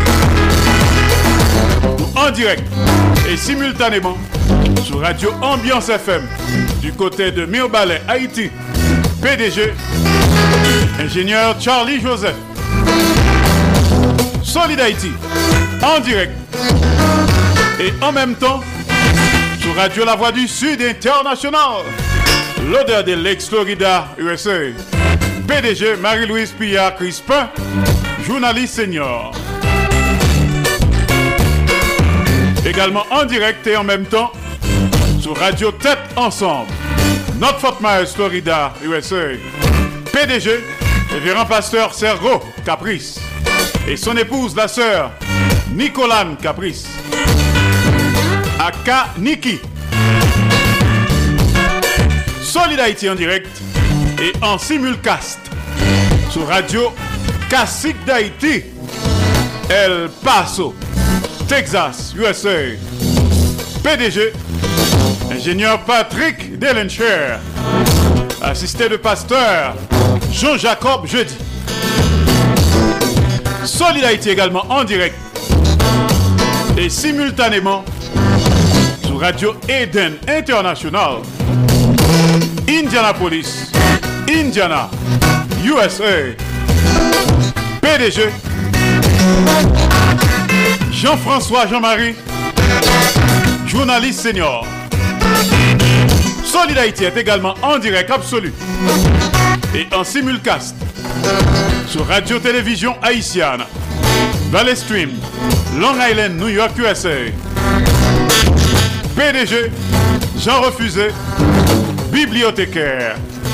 En direct et simultanément sur Radio Ambiance FM du côté de Mirbalais Haïti. PDG ingénieur Charlie Joseph. Solid Haïti en direct et en même temps sur Radio La Voix du Sud International, l'odeur de l'ex-Florida, USA. PDG Marie-Louise Pillard Crispin, journaliste senior. Également en direct et en même temps sur Radio Tête Ensemble, North Fort Myers, Florida, USA. PDG, révérend pasteur Sergo Caprice et son épouse, la sœur Nicolane Caprice, aka Niki. Solid Haïti en direct et en simulcast sur Radio Classique d'Haïti, El Paso, Texas, USA. PDG, ingénieur Patrick Delencher, assisté de pasteur Jean-Jacob Jeudi. Solid Haïti également en direct et simultanément sur Radio Eden International, Indianapolis, Indiana, USA. PDG Jean-François Jean-Marie, journaliste senior. Solid Haïti est également en direct absolu et en simulcast sur Radio-Télévision Haïtienne, Valley Stream, Long Island, New York, USA. PDG Jean Refusé, bibliothécaire.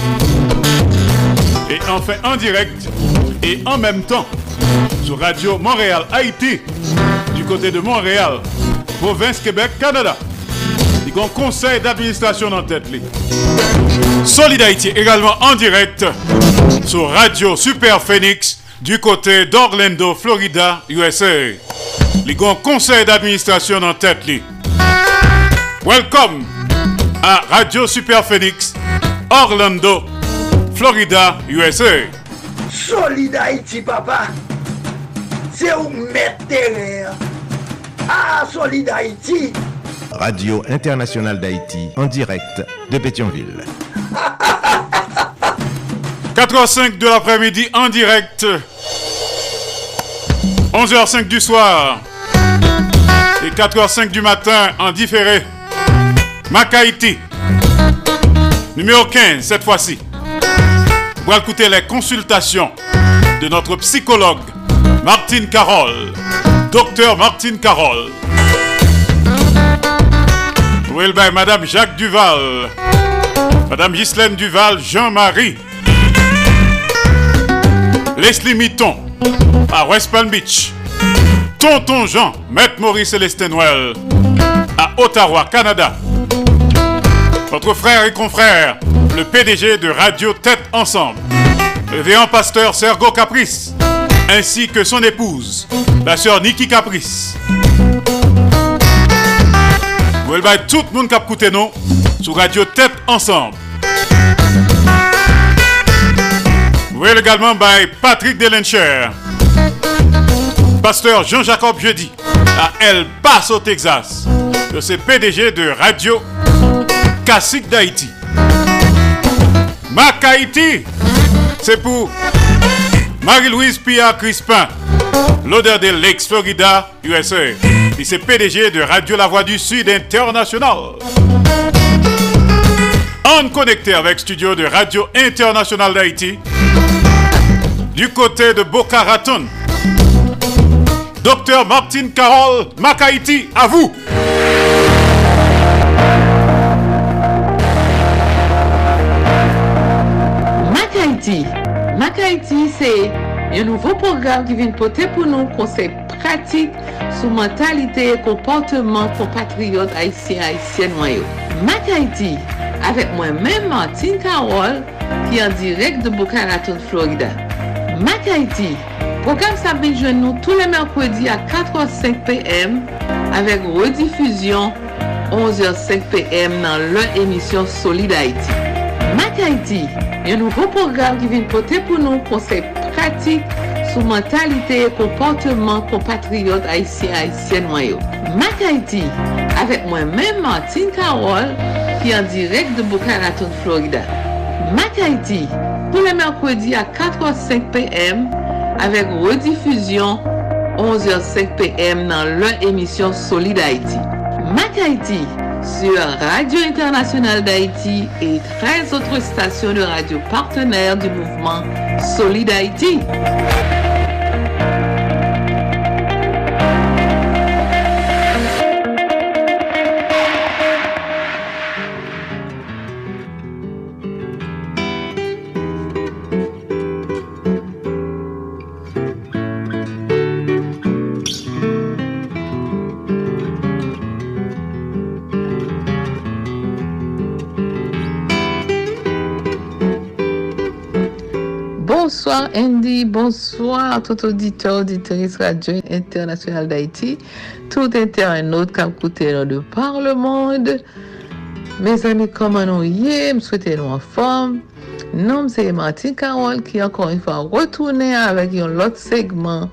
Et enfin en direct et en même temps sur Radio Montréal Haïti, du côté de Montréal, province Québec, Canada. Il y a un conseil d'administration en tête. Solid Haïti également en direct sur Radio Super Phoenix du côté d'Orlando, Florida, USA. Il y a un conseil d'administration en tête. Welcome à Radio Super Phoenix, Orlando, Florida, USA. Solid Haïti, papa. C'est où mettre terrain. Ah, Solid Haïti. Radio Internationale d'Haïti, en direct de Pétionville. 4h05 de l'après-midi en direct. 11h05 du soir. Et 4h05 du matin en différé. Macaïti. Numéro 15 cette fois-ci. Pour écouter les consultations de notre psychologue Martine Carole. Docteur Martine Carole. Oui, Madame Jacques Duval, Madame Ghislaine Duval, Jean-Marie, Leslie Mitton à West Palm Beach, Tonton Jean, Maître Maurice Célestin Noël à Ottawa, Canada, votre frère et confrère le PDG de Radio Tête Ensemble, le véant pasteur Sergo Caprice, ainsi que son épouse, la sœur Niki Caprice. Vous voulez tout le monde qui a écouté nous sur Radio Tête Ensemble. Vous voulez également by Patrick Delencher, pasteur Jean-Jacob Jeudi à El Paso, Texas, de ce PDG de Radio Classique d'Haïti. Mac Haïti, c'est pour Marie-Louise Pia Crispin, l'odeur de Lakes, Florida, USA. Et c'est PDG de Radio La Voix du Sud International. On connecté avec studio de Radio International d'Haïti. Du côté de Boca Raton, Dr Martin Carole, Mac Haïti, à vous. Mac Haïti, c'est un nouveau programme qui vient porter pour nous conseils pratiques sur mentalité et comportement compatriotes haïtiens et haïtiennes. Mac Haïti, avec moi-même Martin Carole, qui est en direct de Boca Raton, Florida. Mac Haïti, programme ça vient joindre nous tous les mercredis à 4h05 p.m. avec rediffusion 11h05 p.m. dans leur émission Solid Haïti. Mac Haïti, un nouveau programme qui vient porter pour nous conseils pratiques sur mentalité et comportement compatriotes haïtiens et haïtiennes. Mac Haïti, avec moi-même Martin Carole, qui est en direct de Boca Raton, Florida. Mac Haïti, tous les mercredis à 4h05 p.m. avec rediffusion 11h05 p.m. dans leur émission Solid Haïti. Mac Haïti, sur Radio Internationale d'Haïti et 13 autres stations de radio partenaires du mouvement Solid Haïti. Bonsoir Andy, bonsoir tout auditeur, auditrice Radio Internationale d'Haïti, tout internaute qui a écouté de par le monde. Mes amis, comment nous y est, je souhaite nous en forme. Non, c'est Martin Carole qui encore une fois retourné avec un autre segment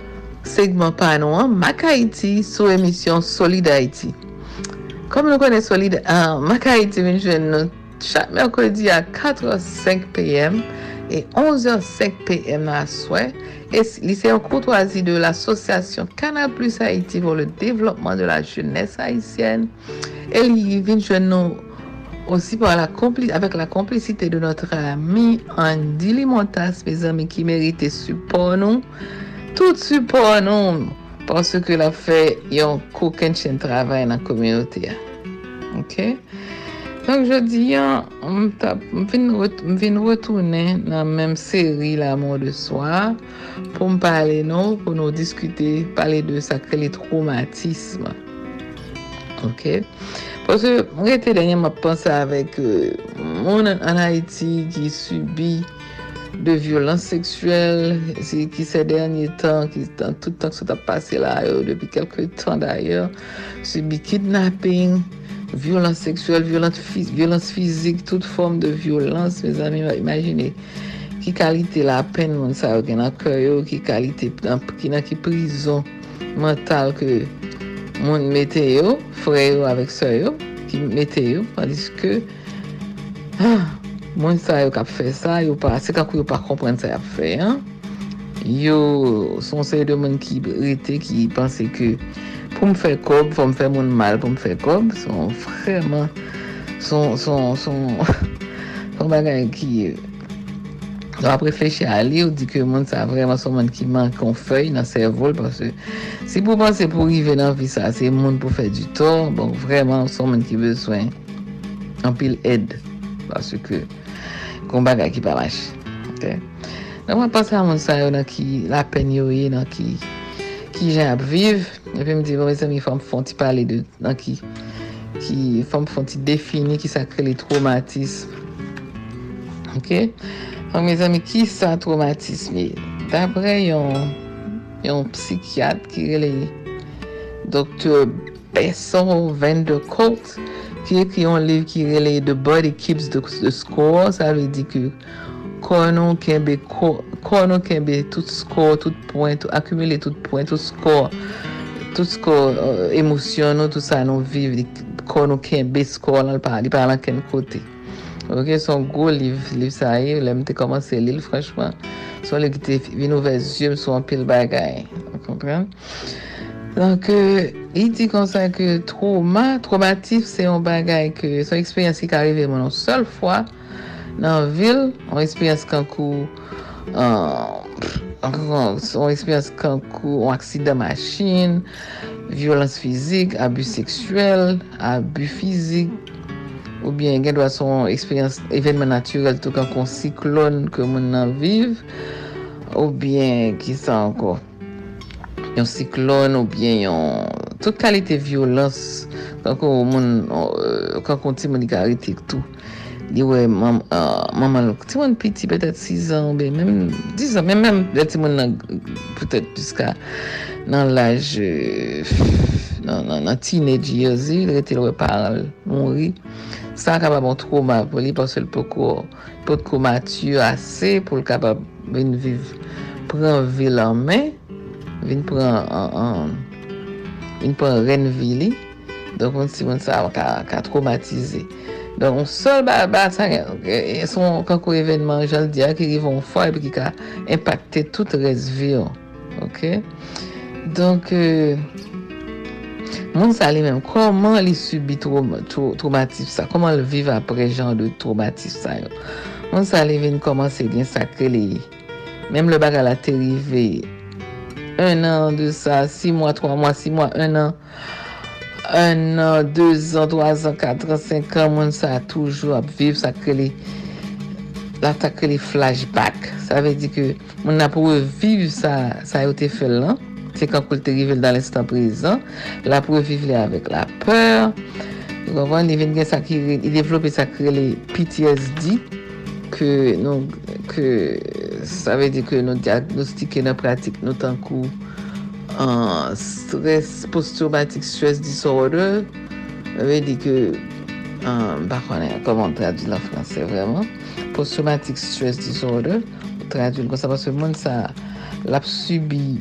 par nous, Mac Haïti, sur l'émission Solid Haïti. Comme nous connaissons Solid, Mac Haïti vient joindre chaque mercredi à 4h05 p.m. et 11h05 p.m. à soir. Et c'est en courtoisie de l'association Canal Plus Haïti pour le développement de la jeunesse haïtienne. Et il vient joindre nous aussi avec la complicité de notre ami Andy Limontas, mes amis qui méritent support nous. Tout support nous, parce que la fait un coquin travail dans la communauté. Ok? Donc je dis, on vient retourner dans la même série l'amour de soi pour me parler, non, pour nous discuter, parler de ça que les traumatismes. Ok? Parce que moi dernièrement pensé avec mon en Haïti qui subit de violences sexuelles, qui ces derniers temps, qui dans tout le temps que ça a passé là, depuis quelques temps d'ailleurs, subit kidnapping, violence sexuelle, violence physique, toute forme de violence, mes amis, imaginez qui qualité la peine mon ça qui dans cœur, qui qualité qui prison mentale que mon météo frère avec sœur qui météo tandis que mon ça yo qui fait ça yo pas c'est quand yo pas comprendre ça y a fait hein yo sont ces de monde qui était qui pensaient que pour me faire cob, pour me faire mon mal, pour me faire cob, sont vraiment sont bagages qui doivent réfléchir à lire, dit que le monde ça vraiment son monde qui manque en feuille dans le cerveau parce que si vous pensez pour arriver dans la vie ça c'est monde pour faire du tort, donc vraiment son monde qui besoin en pile aide parce que combat qui pas marche. OK. Donc on pense à mon ça qui la peine yoé dans qui j'ai à vivre et puis me dit bon mes amis faut me parler de dans qui faut me définir qui ça crée les traumatismes OK? Donc, mes amis, qui ça traumatisme? D'après un psychiatre qui est le docteur Besson Van der Kolk, qui écrit un livre qui est The Body Keeps the Score. Ça veut dire que corps nous kembe tout score, tout point, tout accumuler tout point, tout score émotion, tout ça nous vivre, corps nous kembe score là par quel côté. OK, son gros livre ça y est, là m'était commencé lire franchement. Son livre qui était venu vers yeux sur un pile bagaille. Vous comprenez? Donc, il dit comme ça que traumatisme, c'est un bagage que son expérience qui est arrivée une seule fois dans la ville, une expérience quand son expérience quand un accident de machine, violence physique, abus sexuel, abus physique, ou bien il doit son expérience événement naturel tout quand un cyclone que mon vive, ou bien qui ça encore. Un cyclone ou bien toute qualité de violence quand on dit mon arrêté tout dit ouais maman petit mon petit peut-être 6 ans même 10 ans même petit mon peut-être jusqu'à dans l'âge dans teenage years il était le parle mourir ça capable un trauma pour lui parce que peut mature assez pour capable vivre prendre ville en main vient prendre Renville donc on si on ça a traumatisé donc on seul son quand événement je le dis qui vont faire et qui a impacté toute reste vie. OK, donc mon ça même comment il subit traumatisme ça, comment il vit après genre de traumatisme ça mon ça vient commencer bien sacré même le bagage a arrivé 1 an de ça, 6 mois, 3 mois, 6 mois, 1 an, 2 ans, 3 ans, 4 ans, 5 ans, mon ça a toujours à vivre, ça crée les flashbacks. Ça veut dire que mon a pour vivre ça a été fait là. C'est quand on est arrivé dans l'instant présent, là pour vivre avec la peur. Vous comprenez, il développe ça crée les PTSD que ça veut dire que nous diagnostiquons nos pratiques, nous tant stress post-traumatic stress disorder. Ça veut dire que, comment traduire en français vraiment? Post-traumatic stress disorder, traduire comme ça parce que le monde ça l'a subi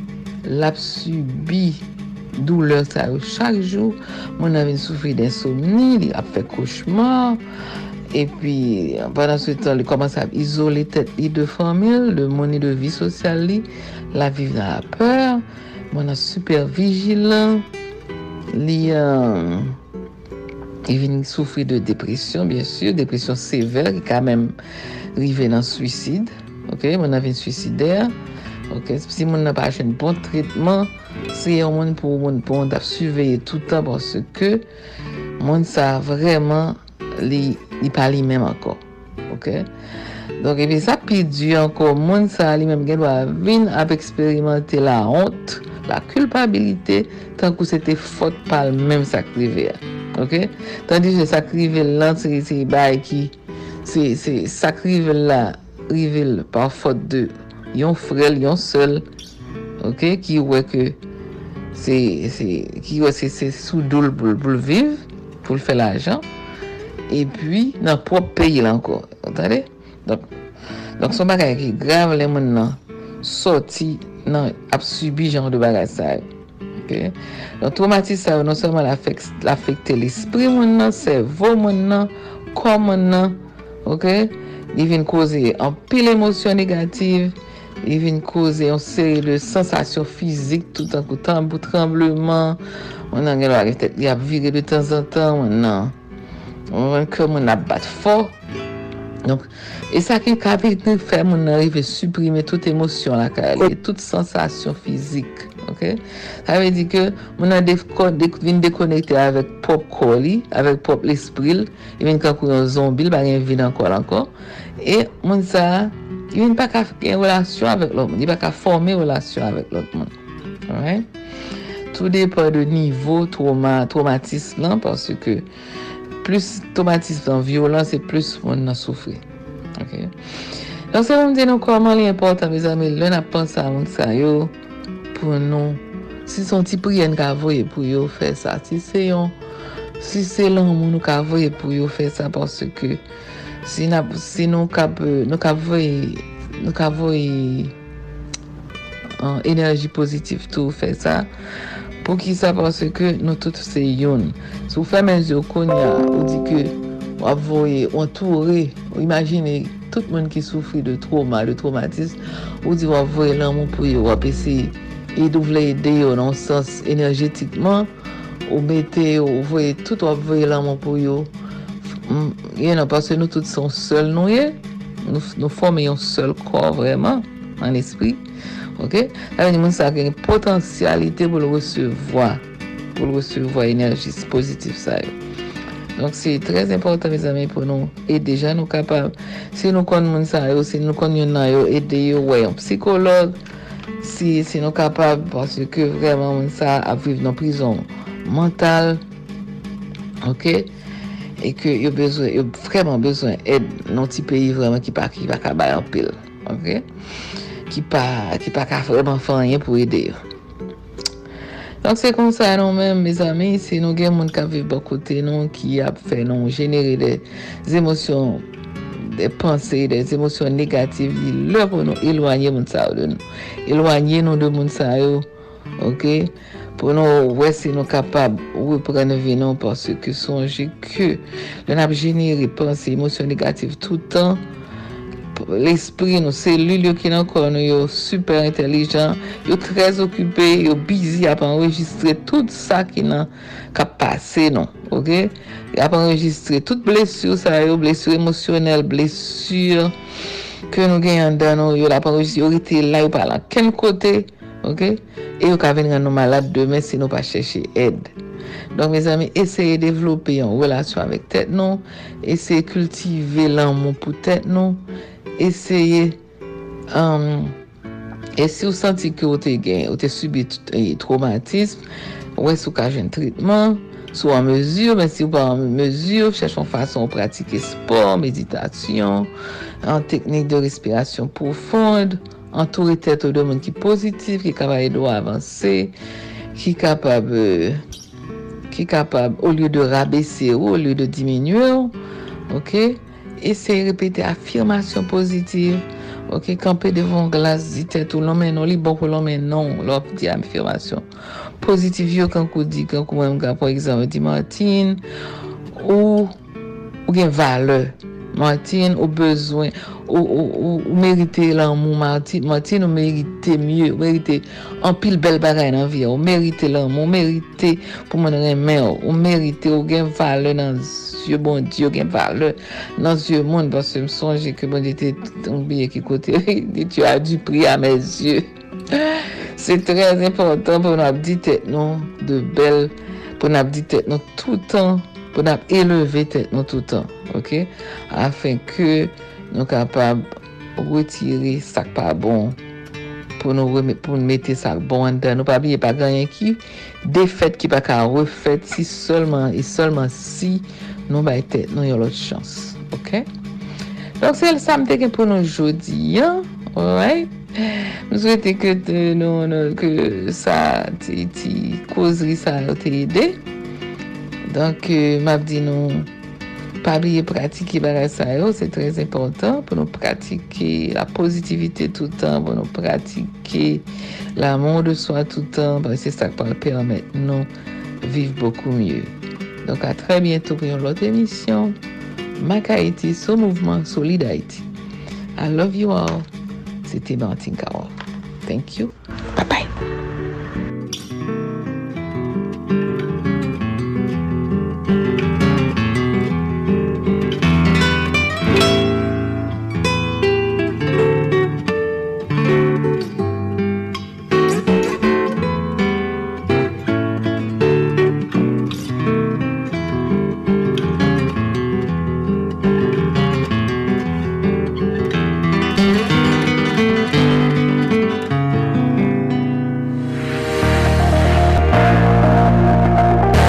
douleur ça chaque jour. Mon avait souffert d'insomnie, il a fait cauchemar. Et puis, pendant ce temps, il commence à isoler tête de famille, le monde de vie sociale, la vie dans la peur, on est super vigilant, il vient souffrir de dépression, bien sûr, dépression sévère, qui quand même arrivé dans le suicide, ok, on a une suicidaire, ok, si on n'a pas un bon traitement, c'est un monde pour surveiller tout le temps parce que monde ça vraiment il pas lui-même encore. OK? Donc et puis ça puis dur encore monde ça lui-même doit venir à expérimenter la honte, la culpabilité tant que c'était faute par même sacrifié. OK? Tandis que sacrifié là c'est bail qui c'est sacrifié là rivel par faute de yon frère yon seul. OK? Qui ouais que c'est sous doule pour vivre, pour faire l'argent. Et puis dans propre pays là encore, entendez? Donc son bagage qui grave les gens sorti non a subi genre de bagage ça. OK? Donc traumatisme ça non seulement l'affecter l'esprit mon cerveau mon corps mon, OK? Il vient causer un pile émotion négative, il vient causer une série de sensations physiques tout en coup tremblement, on a il a viré de temps en temps non. Comme on a battu fort. Donc, et ça qui est fait, on arrive à supprimer toute émotion, toute sensation physique. OK? Ça veut dire que on a déconnecté avec propre corps, avec propre l'esprit, il vient quand un zombie, il va vide encore. Et on ça, il vient pas qu'à une relation avec l'autre, il va qu'à former une relation avec l'autre monde. Alright? Tout dépend du niveau traumatisme là, parce que plus traumatisme en violence et plus on a souffert. OK. Donc ça me dit nous comment l'important mes amis, là n'a pensé à mon ça yo pour nous si son petit prière qu'a voyer pour yo faire ça. Si c'est l'amour nous qu'a voyer pour yo faire ça parce que si nous qu'a voyer énergie positive tout faire ça. Pour qui ça parce que nous tous c'est yon. Si vous faites mes yeux konya, on dit que on voyez entouré, imaginez tout le monde qui souffre de traumatisme, on dit on voyez l'amour pour eux, on essayer et d'ouvrir aider dans le sens énergétiquement, on mettez on voyez tout on voyez l'amour pour eux. Et non parce que nous tous sommes seuls nous formons un seul corps vraiment en esprit. OK, ça veut dire que ça a une potentialité pour le recevoir énergie positive ça. Donc c'est très important mes amis pour nous et déjà nous capables si nous connaissons ça si nous connaissons aider un psychologue si nous capables parce que vraiment ça à vivre dans prison mentale. OK, et que il a vraiment besoin d'aide dans petit pays vraiment qui pas capable en pile. OK, qui pas vraiment faire rien pour aider. Donc c'est comme ça nous même mes amis, si nous gagne monde qui vivent à côté nous qui a fait nous générer des émotions, des pensées, des émotions négatives, là pour nous éloigner monde ça de nous. Éloigner nous de monde ça yo. OK, pour nous ouais si nous capable reprendre vie nous parce que songez que nous a généré pensées, émotions négatives tout le temps. L'esprit, nos cellules qui sont encore super intelligents, ils très occupés, ils busy à enregistrer tout ça qui n'a passé non, OK? Ils à enregistrer toute blessure ça, blessure émotionnelle, blessure que nous gagnons dans nous, ils a enregistré, ils étaient là, ils parlent à quel côté, OK? Et ils peuvent venir nous malades demain si nous pas chercher aide. Donc mes amis, essayez de développer une relation avec tête nous, essayez de cultiver l'amour pour tête nous. Essayez et si vous sentez que vous avez subi un traumatisme, ou est-ce que vous avez un traitement, soit en mesure, mais si vous n'êtes pas en mesure, cherchez une façon de pratiquer sport, méditation, en technique de respiration profonde, entourer tête de monde qui est positif, qui est capable d'avancer, qui est capable, au lieu de rabaisser ou au lieu de diminuer, OK? Essayez de répéter affirmation positive. OK, camper devant glace, dites tout l'homme non, li bon pour l'homme non, l'autre dit affirmation positive quand vous dit quand vous même par exemple dit Martine ou gain valeur. Martine au besoin ou mériter l'amour Martine ou mériter mieux, mériter en pile belle bagaille dans vie, ou mériter l'amour, mériter pour mon aimer, ou mériter ou gain valeur dans yeux bon Dieu gain valeur dans yeux monde parce que me songe que bon Dieu était oublié qui côté tu as du prix à mes yeux. C'est très important pour nous dire tête nous de belle pour nous dire tête nous tout le temps pour nous élever tête nous tout le temps. OK, afin que nous capables retirer ça pas bon pour nous mettre ça bon dedans. Nous pas oublier pas gagner qui défaite qui pas qu'à refaire si seulement si nous ba tête nous y a l'autre chance. OK, donc c'est le samedi pour nous aujourd'hui, hein? Alright, nous souhaitons que ça causerie ça t'aider. Donc m'a dit nous pas oublier pratiquer ça, c'est très important pour nous pratiquer la positivité tout le temps, pour nous pratiquer l'amour de soi tout le temps, parce que c'est ça qui va permettre nous vivre beaucoup mieux. Donc à très bientôt pour une autre émission. Mac Haïti, son mouvement Solid Haïti. I love you all. C'était Martine Carole. Thank you. Bye bye.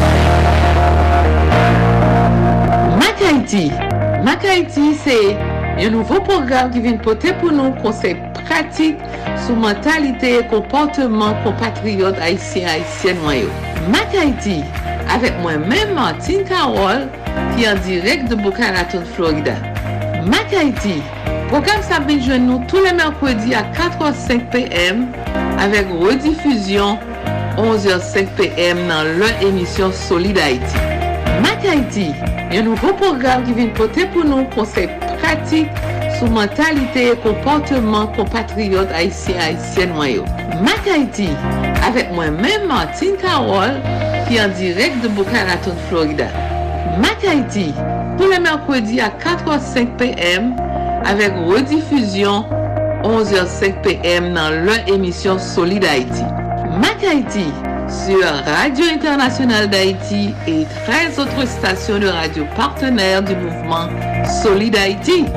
Mac Haïti, c'est un nouveau programme qui vient porter pour nous conseils pratiques sur mentalité et comportement compatriotes haïtiens haïtiennes noyaux. Mac Haïti, avec moi-même Martine Carole, qui est en direct de Boca Raton, Florida. Mac Haïti, programme ça vient joindre nous tous les mercredis à 4h05 p.m. avec rediffusion 11h05 p.m. dans leur émission Solid Haïti. Mac Haïti, un nouveau programme qui vient porter pour nous conseils pratiques sur mentalité et comportement compatriotes haïtiens haïtiennes noyaux. Mac Haïti, avec moi-même Martine Carole, qui est en direct de Boca Raton, Florida. Mac Haïti, tous les mercredis à 4h05 p.m. avec rediffusion 11h05 p.m. dans leur émission Solid Haïti. Mac Haïti sur Radio Internationale d'Haïti et 13 autres stations de radio partenaires du mouvement Solid Haïti.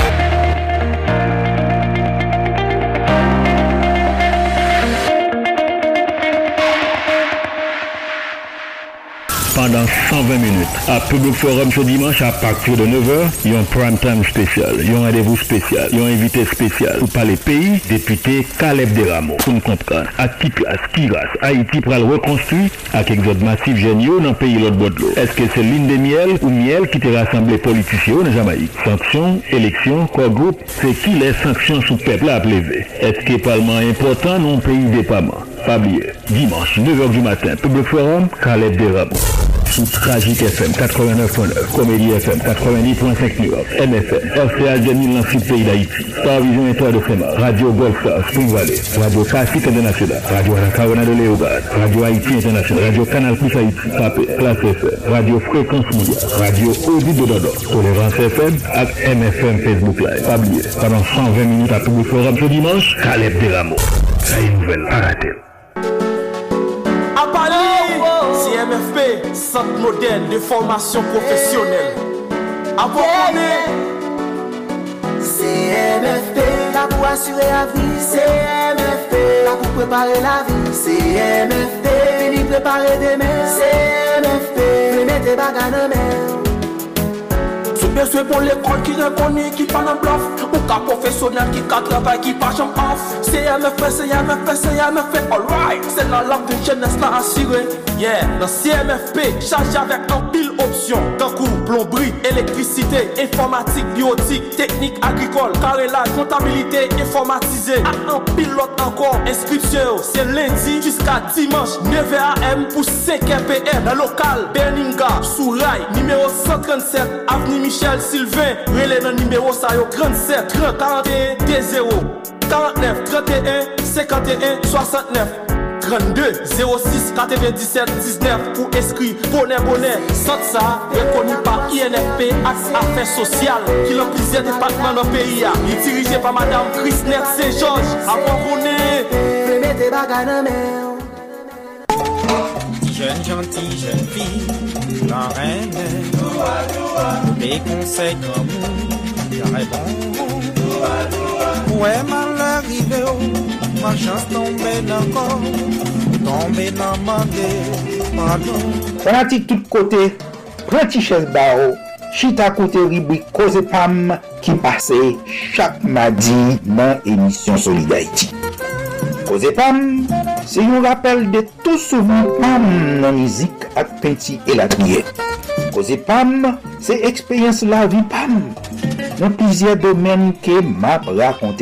Pendant 120 minutes, à Public Forum ce dimanche à partir de 9h, il y a un prime time spécial, il y a un rendez-vous spécial, il y a un invité spécial pour parler pays, député Caleb Deramo. Pour nous comprendre, à qui place, qui race, Haïti pour le reconstruire avec exode massif géniaux dans le pays l'autre bout de l'eau. Est-ce que c'est l'île des miel ou miel qui te rassemble politiciens dans Jamaïque? Sanctions, élections, corps groupe, c'est qui les sanctions sous peuple à lever? Est-ce que le Parlement est important dans le pays dépendant? Pas oublier, dimanche 9h du matin, Public Forum, Caleb Deramo. Sous Tragique FM 89.9, Comédie FM 90.5 New York, MFM, RCA 2000 dans le pays d'Haïti, Star Vision Étoile de Fema, Radio Goldstar, Spring Valley, Radio Classique International, Radio Anacarona de Léogard, Radio Haïti International, Radio Canal Plus Haïti, Papé, Place FM, Radio Fréquence Mondiale, Radio Audit de Dodo, Tolérance FM, et MFM Facebook Live. Pas oublier, pendant 120 minutes à Public Forum ce dimanche, Caleb Deramo. Ça y est, nouvelle, arrêtez. CMFP, Centre moderne de formation professionnelle. CMFP, là pour assurer la vie. CMFP, là pour préparer la vie. CMFP, venir préparer demain. CMFP, venir mettre des bagages dans main. Besoin pour l'école qui reconnaît, qui parle en bluff. Ou cas professionnel qui travaille, qui passe en off. CMFP, alright. C'est la langue de jeunesse là assurée. Yeah, dans CMFP, chargé avec un pile option. D'un coup, plomberie, électricité, informatique, biotique, technique agricole, carrelage, comptabilité, informatisée. À un pilote encore, inscription, c'est lundi jusqu'à dimanche, 9h AM pour 5h PM. Dans local, Berninga, sous rail, numéro 137, avenue Michel Sylvain, relais dans numéro 37 30 41 20 49 31 51 69 32 06 97 19 pour inscrire bonnet sans ça reconnu par INFP Affaires sociales qui l'ont plusieurs départements dans le pays. Il est dirigé par madame Christner Saint-Georges. Avant qu'on est mettez bagages dans main. Jeune gentille, jeune fille, la reine, des conseils comme nous, j'aurais bon. Ouais, mal arrivé, ma chance tombée encore, tombée dans ma pardon. Fanatique tout côté, petit chaise barreau, chita côté rubrique Cause Pam qui passait chaque mardi dans l'émission Solid Haïti. Cause Pam, c'est un rappel de tout souverain Pam dans la musique avec Penti et la prière. Cause Pam, c'est expérience la vie Pam dans plusieurs domaines que m'a raconté.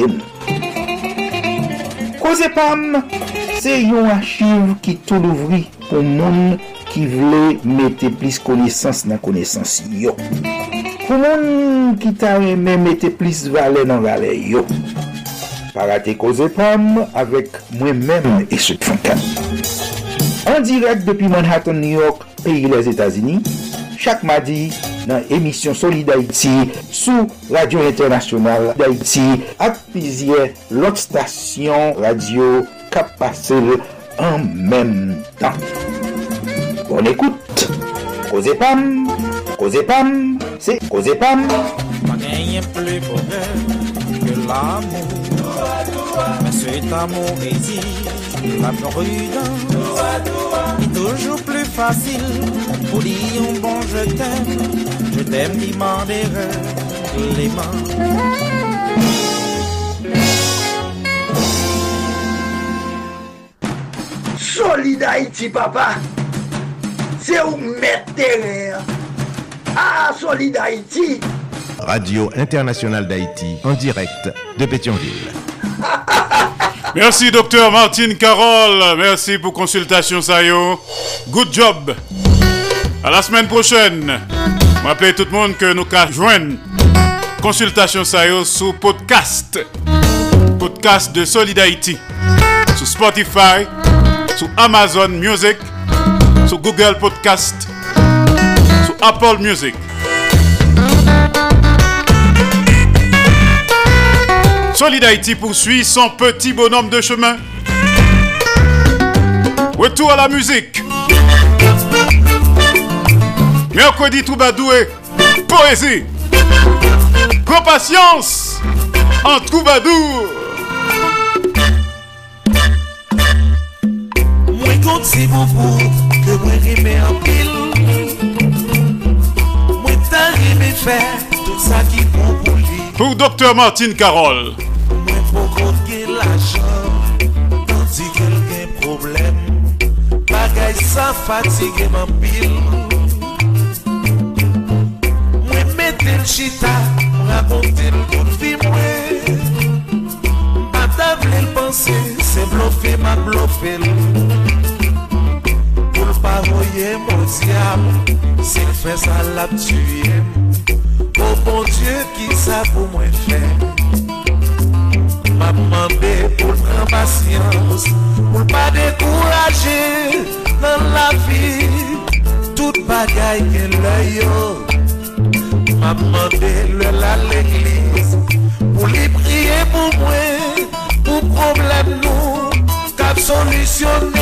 Cause Pam, c'est un archive qui tout ouvre pour monde qui voulait mettre plus connaissance dans connaissance yo. Pour monde qui t'a aimé mettre plus valeur dans valeur yo. Paraté Cause Pam avec moi-même et ce Fontaine. En direct depuis Manhattan, New York, pays des États-Unis, chaque mardi dans l'émission Solid Haïti sous Radio Internationale d'Haïti avec plusieurs l'autre station radio qui passe en même temps. Bonne écoute. Cause Pam, c'est Cause Pam. Pas gagner plus bonheur que l'amour. Mais cet amour exige la prudence. Toujours plus facile pour dire un bon je t'aime qui m'en Clément. Solid Haïti, papa. C'est où mettre terrain. Ah, Solid Haïti. Radio Internationale d'Haïti, en direct de Pétionville. Merci, docteur Martine Carole. Merci pour consultation, Sayo. Good job. À la semaine prochaine. Je rappelle tout le monde que nous pouvons joindre consultation Sayo sur podcast. Podcast de Solid Haïti. Sur Spotify, sur Amazon Music, sur Google Podcast, sur Apple Music. Solid Haïti poursuit son petit bonhomme de chemin. Retour à la musique. Mercredi Troubadoué, poésie. Prends patience en troubadour. Moi compte si bon pour que moi rimer en pile. Moi t'as rimé faire tout ça qui bon pour lui. Pour Dr Martine Carole. Moi faut qu'on ait l'argent, tandis qu'elle a problème. Bagay ça fatigue en pile. Moi mettez le chita, raconter le toute vie moi. Pas table le penser, c'est bluffer ma bluffer. Pour pas voyer mon diable, s'il fait ça la tuer. Oh bon Dieu, qui ça pour moi faire? M'a demandé pour prendre patience, pour pas décourager dans la vie. Toute bagaille qu'elle a, m'a demandé à l'église pour les prier pour moi, pour problème nous, cap solutionner.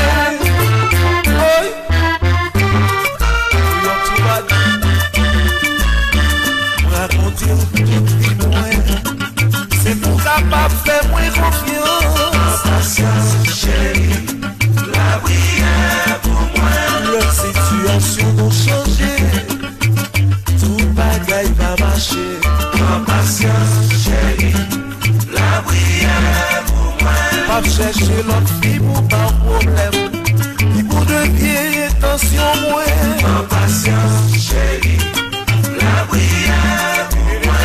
C'est pour capable faire moins confiance. Patience, chérie, la prière pour moi. Leur situation nous changer, tout bagaille va marcher. Patience, chérie, la prière pour moi. Pas chercher l'autre fille pour pas problème. Il pour de vieilles intentions, moi. Patience, chérie, la prière pour moi.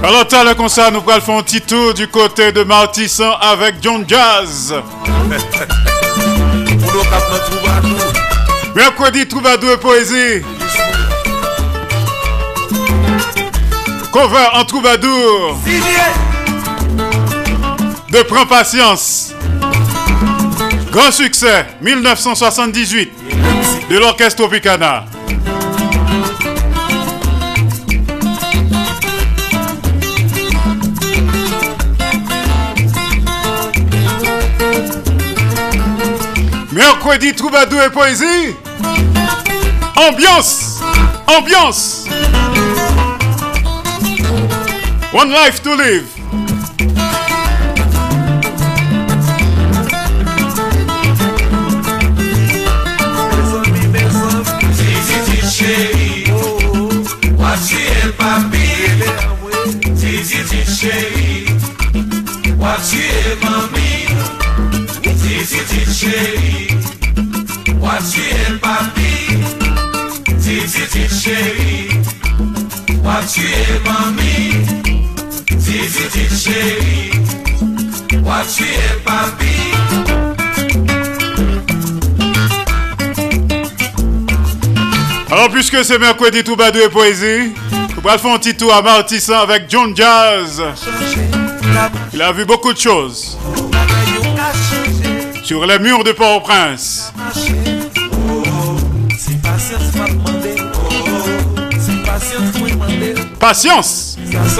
Alors, comme ça, nous allons faire un petit tour du côté de Martissan avec John Jazz. Mercredi, troubadour et poésie. Cover en troubadour. De Prends Patience. Grand succès, 1978, de l'orchestre Tropicana. Mercredi, troubadour et poésie. Ambiance. Ambiance. One life to live. Chérie, voici mamie, titi chérie, voici papi, titi chérie, voici mamie, titi chérie, voici papi. Alors puisque c'est mercredi troubadour et poésie, nous allons faire un petit tour à Martissan avec John Jazz. Il a vu beaucoup de choses sur les murs de Port-au-Prince. Patience.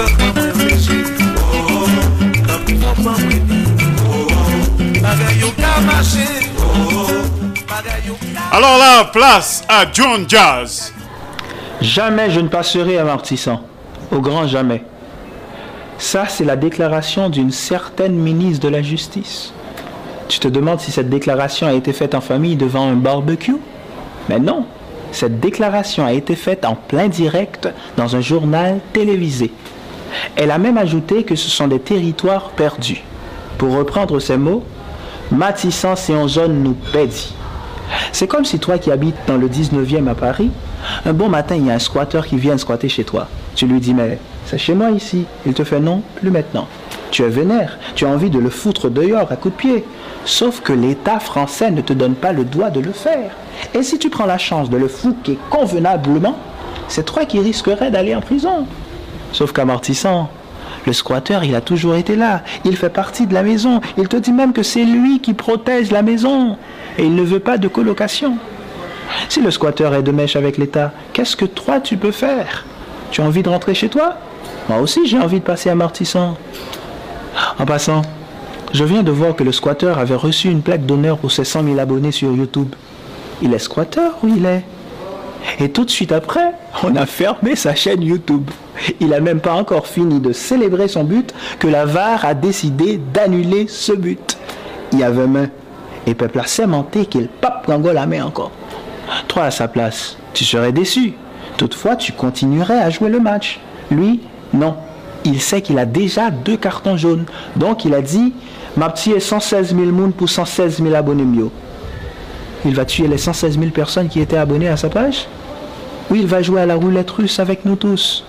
Alors là, place à John Jazz. Jamais je ne passerai à Martissan, au grand jamais. Ça, c'est la déclaration d'une certaine ministre de la Justice. Tu te demandes si cette déclaration a été faite en famille devant un barbecue? Mais non, cette déclaration a été faite en plein direct dans un journal télévisé. Elle a même ajouté que ce sont des territoires perdus. Pour reprendre ces mots, Martissan, c'est en zone nous pédit. C'est comme si toi qui habites dans le 19e à Paris, un bon matin, il y a un squatteur qui vient squatter chez toi. Tu lui dis, mais c'est chez moi ici. Il te fait non, plus maintenant. Tu es vénère, tu as envie de le foutre dehors à coups de pied. Sauf que l'État français ne te donne pas le droit de le faire. Et si tu prends la chance de le fouquer convenablement, c'est toi qui risquerais d'aller en prison. Sauf qu'à Martissan, le squatteur, il a toujours été là. Il fait partie de la maison. Il te dit même que c'est lui qui protège la maison. Et il ne veut pas de colocation. Si le squatteur est de mèche avec l'État, qu'est-ce que toi tu peux faire? Tu as envie de rentrer chez toi? Moi aussi j'ai envie de passer à Martissan. En passant, je viens de voir que le squatteur avait reçu une plaque d'honneur pour ses 100 000 abonnés sur YouTube. Il est squatteur ou il est? Et tout de suite après, on a fermé sa chaîne YouTube. Il n'a même pas encore fini de célébrer son but que la VAR a décidé d'annuler ce but. Il y avait main. Et peuple a sémenté qu'il pape Gango la main encore. Toi à sa place, tu serais déçu. Toutefois, tu continuerais à jouer le match. Lui, non. Il sait qu'il a déjà 2 cartons jaunes. Donc il a dit, ma petite est 116 000 moun pour 116 000 abonnés mieux. Il va tuer les 116 000 personnes qui étaient abonnées à sa page? Ou il va jouer à la roulette russe avec nous tous?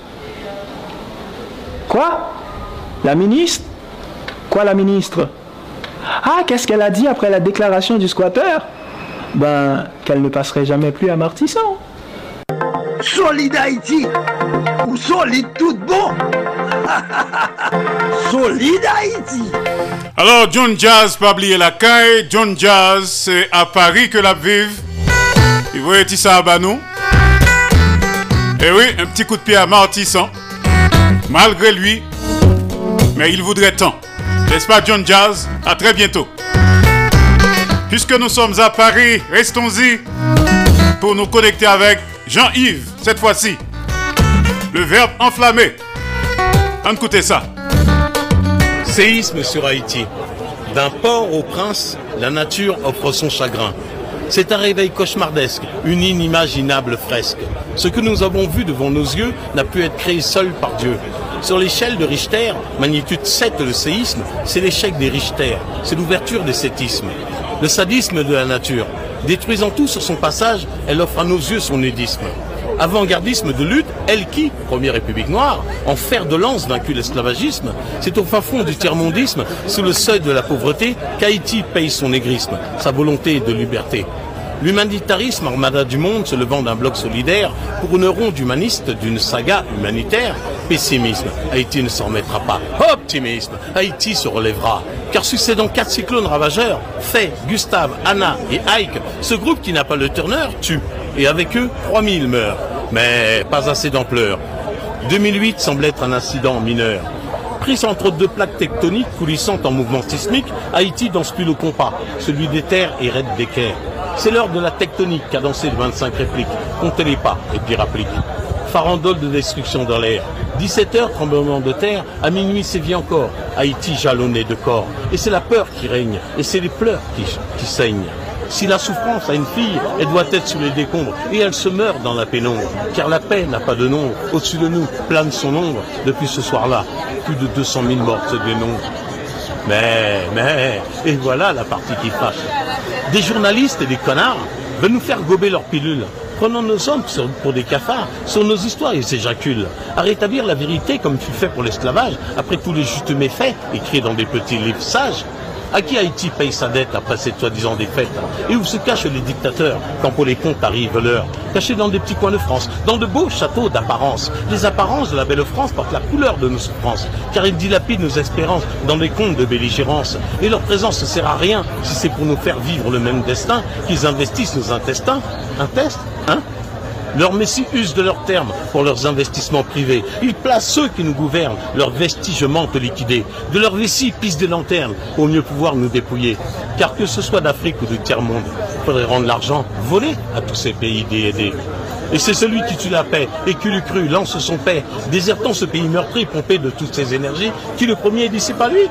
Quoi? La ministre? Quoi la ministre? Ah, qu'est-ce qu'elle a dit après la déclaration du squatteur? Ben, qu'elle ne passerait jamais plus à Martissan. Solide Haïti, ou solide tout bon. Solide Haïti. Alors, John Jazz, pas oublier la caille. John Jazz, c'est à Paris que la vive. Il voyait ça à Banou. Et oui, un petit coup de pied à Martissan. Malgré lui, mais il voudrait tant. N'est-ce pas, John Jazz? À très bientôt. Puisque nous sommes à Paris, restons-y pour nous connecter avec Jean-Yves, cette fois-ci. Le verbe enflammé. Écoutez ça. Séisme sur Haïti. D'un port au prince, la nature offre son chagrin. C'est un réveil cauchemardesque, une inimaginable fresque. Ce que nous avons vu devant nos yeux n'a pu être créé seul par Dieu. Sur l'échelle de Richter, magnitude 7 le séisme, c'est l'échec des Richter, c'est l'ouverture des séismes. Le sadisme de la nature. Détruisant tout sur son passage, elle offre à nos yeux son nudisme. Avant-gardisme de lutte, Elki, première république noire, en fer de lance vaincu l'esclavagisme, c'est au fin fond du tiers-mondisme, sous le seuil de la pauvreté, qu'Haïti paye son négrisme, sa volonté de liberté. L'humanitarisme, armada du monde, se levant d'un bloc solidaire, couronneront d'humaniste d'une saga humanitaire. Pessimisme, Haïti ne s'en remettra pas. Optimisme, Haïti se relèvera. Car succédant 4 cyclones ravageurs, Faye, Gustave, Anna et Ike, ce groupe qui n'a pas le Turner tue. Et avec eux, 3000 meurent. Mais pas assez d'ampleur. 2008 semble être un incident mineur. Prise entre deux plaques tectoniques coulissant en mouvement sismique, Haïti danse plus le compas, celui des terres et raide d'équerre. C'est l'heure de la tectonique, cadencée de 25 répliques. Comptez les pas et puis rapplique. Farandole de destruction dans l'air. 17h, tremblement de terre, à minuit sévit encore. Haïti jalonné de corps. Et c'est la peur qui règne, et c'est les pleurs qui saignent. Si la souffrance a une fille, elle doit être sous les décombres, et elle se meurt dans la pénombre. Car la paix n'a pas de nombre. Au-dessus de nous plane son ombre. Depuis ce soir-là, plus de 200 000 morts se dénombrent. Mais, et voilà la partie qui fâche. Des journalistes et des connards veulent nous faire gober leurs pilules. Prenons nos hommes pour des cafards, sur nos histoires ils s'éjaculent. À rétablir la vérité comme fut fait pour l'esclavage, après tous les justes méfaits, écrits dans des petits livres sages. À qui Haïti paye sa dette après cette soi-disant défaite? Et où se cachent les dictateurs quand pour les comptes arrive l'heure? Cachés dans des petits coins de France, dans de beaux châteaux d'apparence. Les apparences de la belle France portent la couleur de nos souffrances, car ils dilapident nos espérances dans des contes de belligérance. Et leur présence ne sert à rien si c'est pour nous faire vivre le même destin qu'ils investissent nos intestins. Un test, hein? Leurs messies usent de leurs termes pour leurs investissements privés. Ils placent ceux qui nous gouvernent, leurs vestiges mentent liquidés. De leurs vessies pissent des lanternes pour mieux pouvoir nous dépouiller. Car que ce soit d'Afrique ou du tiers-monde, il faudrait rendre l'argent volé à tous ces pays déaidés. Et c'est celui qui tue la paix et qui l'eût cru lance son paix, désertant ce pays meurtri, pompé de toutes ses énergies, qui le premier dit c'est pas lui.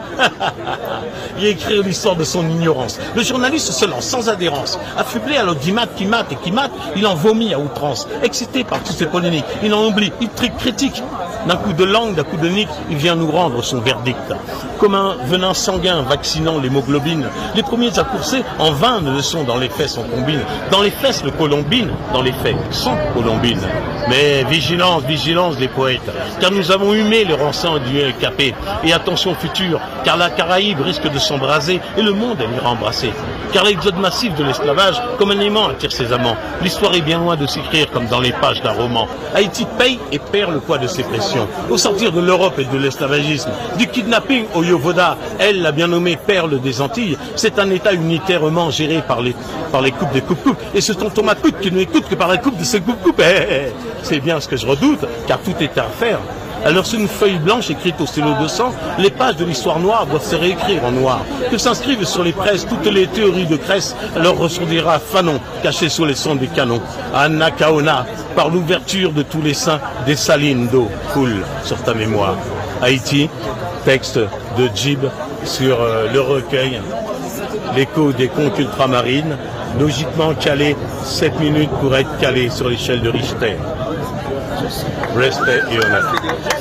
Il écrit l'histoire de son ignorance. Le journaliste se lance sans adhérence, affublé à l'audimat qui mate et qui mate, il en vomit à outrance, excité par toutes ces polémiques, il en oublie, il critique. D'un coup de langue, d'un coup de nique, il vient nous rendre son verdict. Comme un venin sanguin vaccinant l'hémoglobine, les premiers à courser, en vain ne le sont dans les fesses on combine. Dans les fesses le colombine, dans les faits sans colombine. Mais vigilance, vigilance les poètes, car nous avons humé le rançon du capé. Et attention future, car la Caraïbe risque de s'embraser et le monde ira embrasser. Car l'exode massif de l'esclavage, comme un aimant attire ses amants. L'histoire est bien loin de s'écrire comme dans les pages d'un roman. Haïti paye et perd le poids de ses pressions. Au sortir de l'Europe et de l'esclavagisme, du kidnapping au Yovoda, elle l'a bien nommé perle des Antilles, c'est un État unitairement géré par les coupes des coupes-coupes. Et ce tonton Macoute qui ne écoute que par la coupe de ses coupes-coupes. C'est bien ce que je redoute, car tout est à faire. Alors sur une feuille blanche écrite au stylo de sang, les pages de l'histoire noire doivent se réécrire en noir. Que s'inscrivent sur les presses toutes les théories de Cresse, alors ressourdira Fanon, caché sous les sons des canons. Anna Kaona, par l'ouverture de tous les seins, des salines d'eau coulent sur ta mémoire. Haïti, texte de Djib sur le recueil, l'écho des contes ultramarines, logiquement calé, 7 minutes pour être calé sur l'échelle de Richter. Respect et honneur.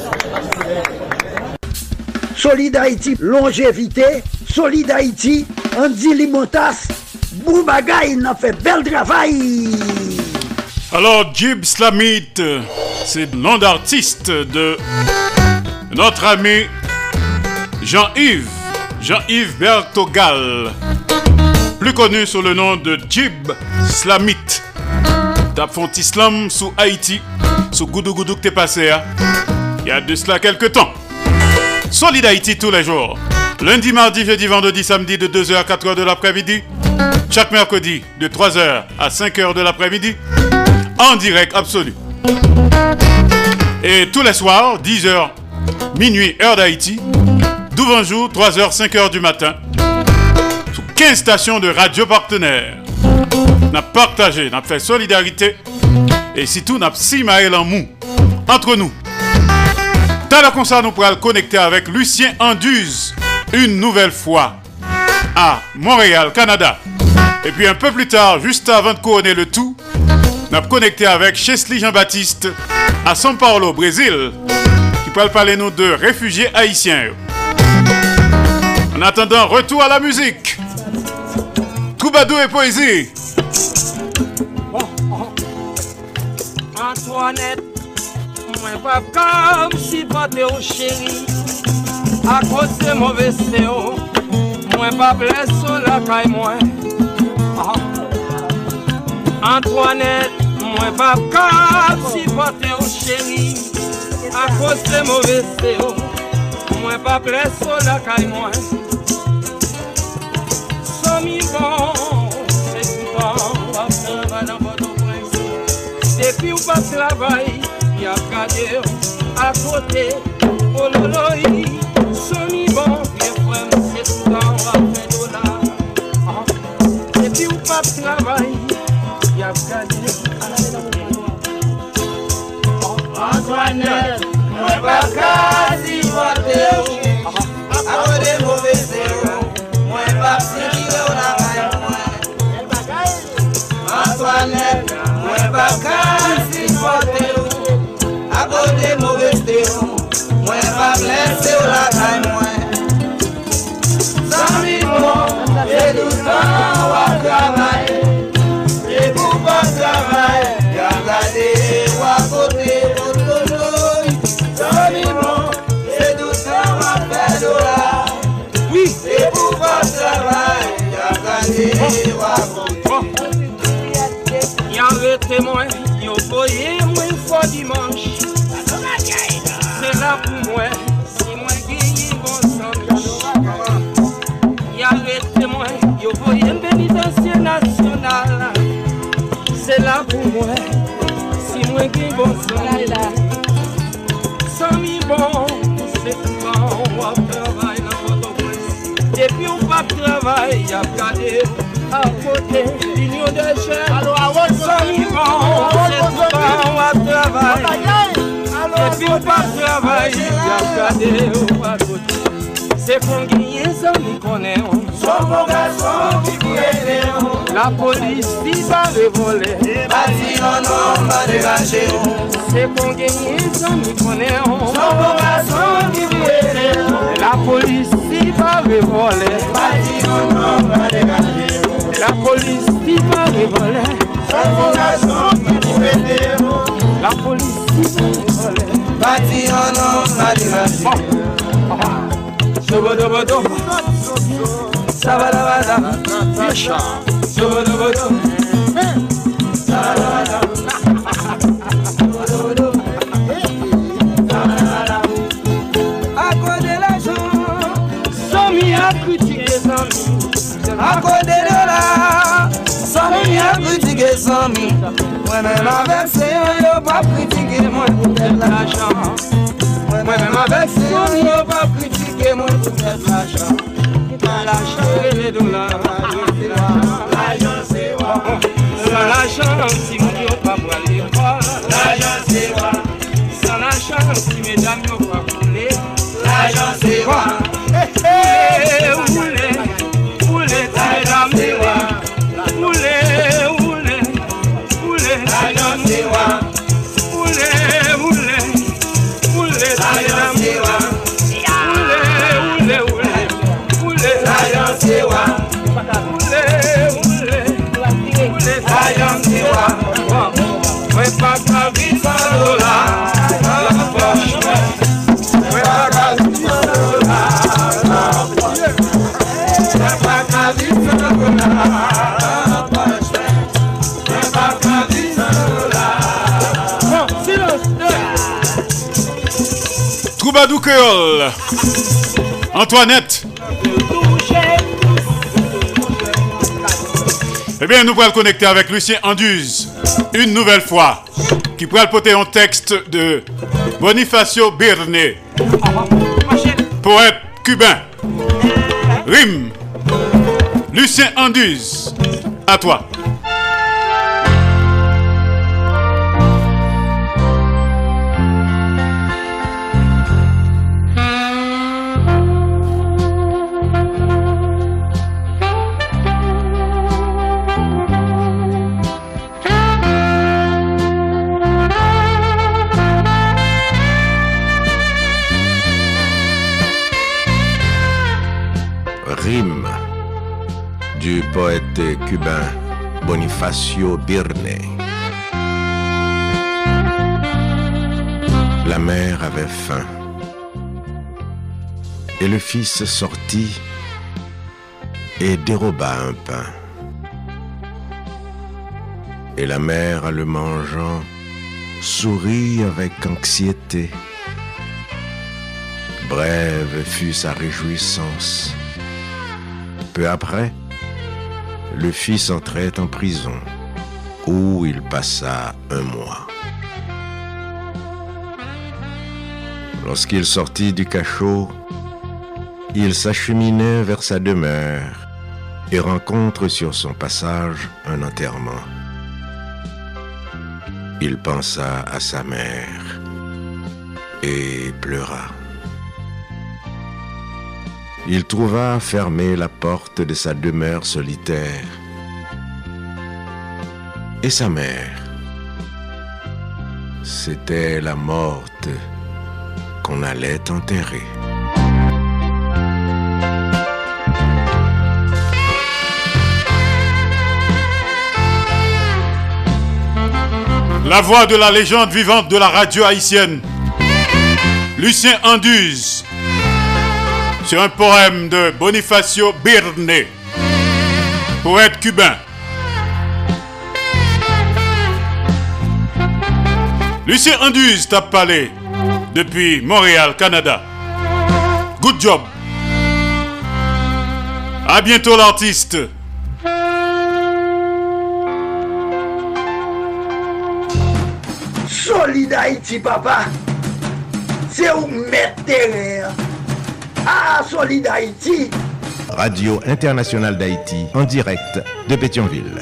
Solid Haïti, longévité. Solid Haïti, Andy Limotas. Boubagaï, il a fait bel travail. Alors, Djib Slamit, c'est le nom d'artiste de notre ami Jean-Yves Bertogal, plus connu sous le nom de Djib Slamit. T'as font islam sous Haïti, sous Goudou Goudou que t'es passé, hein? Il y a de cela quelques temps. Solid Haïti tous les jours. Lundi, mardi, jeudi, vendredi, samedi de 2h à 4h de l'après-midi. Chaque mercredi de 3h à 5h de l'après-midi. En direct absolu. Et tous les soirs, 10h, minuit, heure d'Haïti. 12 jours, 3h, 5h du matin. Sous 15 stations de radio partenaires. N'a partagé, n'a fait solidarité. Et surtout, n'a si maël en mou. Entre nous. T'as la concert, nous pourrons le connecter avec Lucien Anduze. Une nouvelle fois. À Montréal, Canada. Et puis un peu plus tard, juste avant de couronner le tout, n'a connecté avec Chesley Jean-Baptiste à São Paulo, Brésil, qui parle parler nous de réfugiés haïtiens. En attendant, retour à la musique. Troubadou et poésie. Antoinette, moi pas comme si porté au chéri. À cause de mauvais séo, moi pas blessé la caille moi. Antoinette, moi pas comme si porté au chéri. À cause de mauvais séo, moi pas blessé la caille moi. Somi bon, c'est tout bon, on va dans votre prince. Depuis ou pas travail, y a gardé à côté, oh loloi. Somi bon, bien frère, c'est tout le temps, on va faire dollar. Depuis ou pas travail, y a gardé à Antoinette, moi pas quasi voté, à côté mauvais zéro, moi pas tiré au lavaille, Antoinette, moi pas quasi voté, à côté mauvais zéro, moi pas blessé au lavaille, sans mimo, j'ai tout le temps à travailler, et pour pas travailler, y'a gardé ou à côté. Oui, c'est pour votre travail, y'a gagné y'a arrêté moi, y'a voyé moi fois dimanche. C'est là pour moi, si moi gagne bon sang. Y'a arrêté moi, y'a voyé pénitentiaire national. C'est là pour moi, si moi gagne bon sang. Sans mi bon, c'est tout bon, on va travailler. Depuis on pas travail, y a gardé à côté l'union de jeunes. Sans vivant, c'est tout pas on va travailler. Depuis on pas travail, y a gardé à côté. C'est qu'on gagne, ça nous connaît. Son bon garçon qui pourrait. La police dit pas de voler. Bâti en homme va dégager. C'est qu'on gagne, ça nous connaît. Son bon garçon qui pourrait. La police dit pas de voler. Bâti en homme va dégager. La police dit pas de voler. Son bon garçon qui pourrait. La police dit pas de voler. Bâti en homme va dégager. Sobodobodo, sabadabada, fisha. Sobodobodo, sabadabada, sobodobodo, sabadabada. À cause de l'argent, Somi a critiqué Somi. À cause de l'or, Somi a critiqué Somi. Moi-même avec Seigneur, il n'a pas critiqué moi pour faire l'argent. Moi-même avec Seigneur, il n'a pas critiqué moi pour faire l'argent. L'argent et les dollars, l'argent c'est quoi? Sans l'argent, si mon Dieu pas pour l'école, l'argent c'est quoi? Sans l'argent, si mesdames n'ont pas coulé, l'argent c'est quoi? Oulé, oulé, mesdames c'est quoi? Oulé, oulé, oulé, l'argent c'est quoi? Oulé, oulé, oulé, mesdames c'est quoi? Troubadou Créole, Antoinette. Eh bien, nous pourrons le connecter avec Lucien Anduze une nouvelle fois, qui pourra le porter un texte de Bonifacio Birne, poète cubain. Rime, Lucien Anduze, à toi. Rime du poète cubain Bonifacio Birne. la mère avait faim. Et le fils sortit et déroba un pain. Et la mère, le mangeant, sourit avec anxiété. Brève fut sa réjouissance. Peu après, le fils entrait en prison, où il passa 1 mois. Lorsqu'il sortit du cachot, il s'acheminait vers sa demeure et rencontre sur son passage un enterrement. Il pensa à sa mère et pleura. Il trouva fermée la porte de sa demeure solitaire. Et sa mère, c'était la morte qu'on allait enterrer. La voix de la légende vivante de la radio haïtienne, Lucien Anduze, sur un poème de Bonifacio Birne, poète cubain. Lucien Anduze t'a parlé depuis Montréal, Canada. Good job. À bientôt l'artiste. Solid Haïti, papa. C'est où mettre terrain. Ah, Solid Haïti. Radio Internationale d'Haïti, en direct de Pétionville.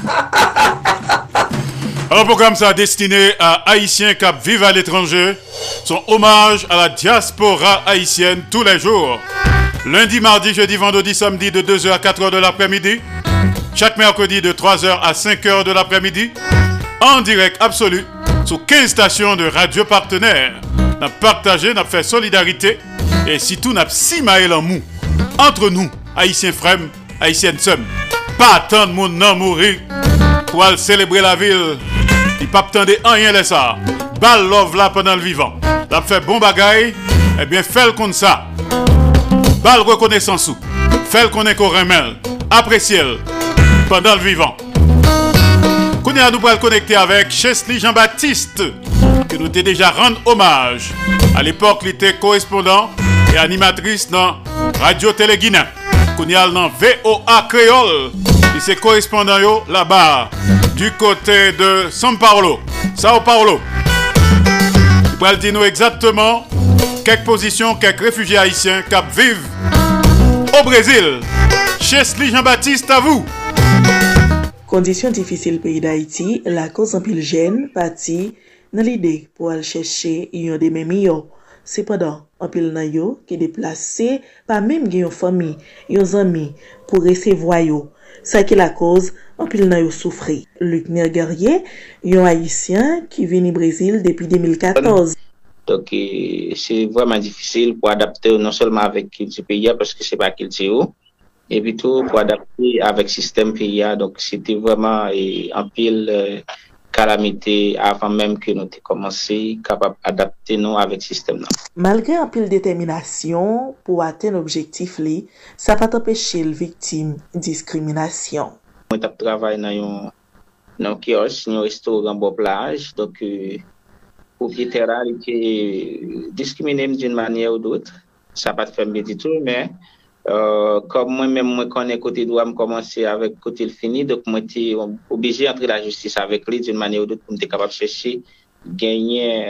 Un programme ça destiné à Haïtiens qui vivent à l'étranger. Son hommage à la diaspora haïtienne tous les jours. Lundi, mardi, jeudi, vendredi, samedi de 2h à 4h de l'après-midi. Chaque mercredi de 3h à 5h de l'après-midi. En direct absolu sur 15 stations de radio partenaires. N'a partagé, n'a fait solidarité et surtout n'a simaé en mou. Entre nous, Haïtiens frères, Haïtiennes sœurs. Pas tant de monde non mourir pour aller célébrer la ville. Il pas attendre rien de ça. Bal love là pendant le vivant. L'a fait bon bagaille, eh bien fait le comme ça. Bal reconnaissance ou. Fait le qu'on est qu'on remel. Appréciez-le pendant le vivant. Qu'on est à nous pour le connecter avec Chesley Jean-Baptiste, que nous t'ai déjà rendu hommage. À l'époque, il était correspondant et animatrice dans Radio Télé Guinée. Qu'on est dans VOA Créole. Il s'est correspondant là-bas, du côté de São Paulo. Sao Paulo. Il va dire nous exactement quelques positions, quelques réfugiés haïtiens qui vivent au Brésil. Chesley Jean-Baptiste, à vous. Conditions difficiles pays d'Haïti, la cause en pile gêne, parti dans l'idée pour aller chercher yon des mêmes yo. Cependant, en pile nan yo qui déplacé pas même gen yon famille, yon amis pour recevoir yo. Ça qui la cause en pile nan yo souffri. Luc Nerguerrier, yon haïtien qui vient au Brésil depuis 2014. Donc c'est vraiment difficile pour adapter non seulement avec le pays parce que c'est pas culture. Et puis tout pour adapter avec le système pays. Donc c'était vraiment en pile calamité avant même que nous ayons commencé capable d'adapter nous avec le système. Malgré un pile détermination pour atteindre l'objectif, ça pas empêcher les victimes de discrimination. On travaille dans un kiosque, dans un restaurant bon plage. Donc propriétaire qui discriminé d'une manière ou d'autre. Ça pas fait du tout, mais comme moi-même, moi connais côté droit, je commencer avec côté fini, donc moi j'étais obligé d'entrer la justice avec lui d'une manière ou d'autre pour être capable de chercher, gagner,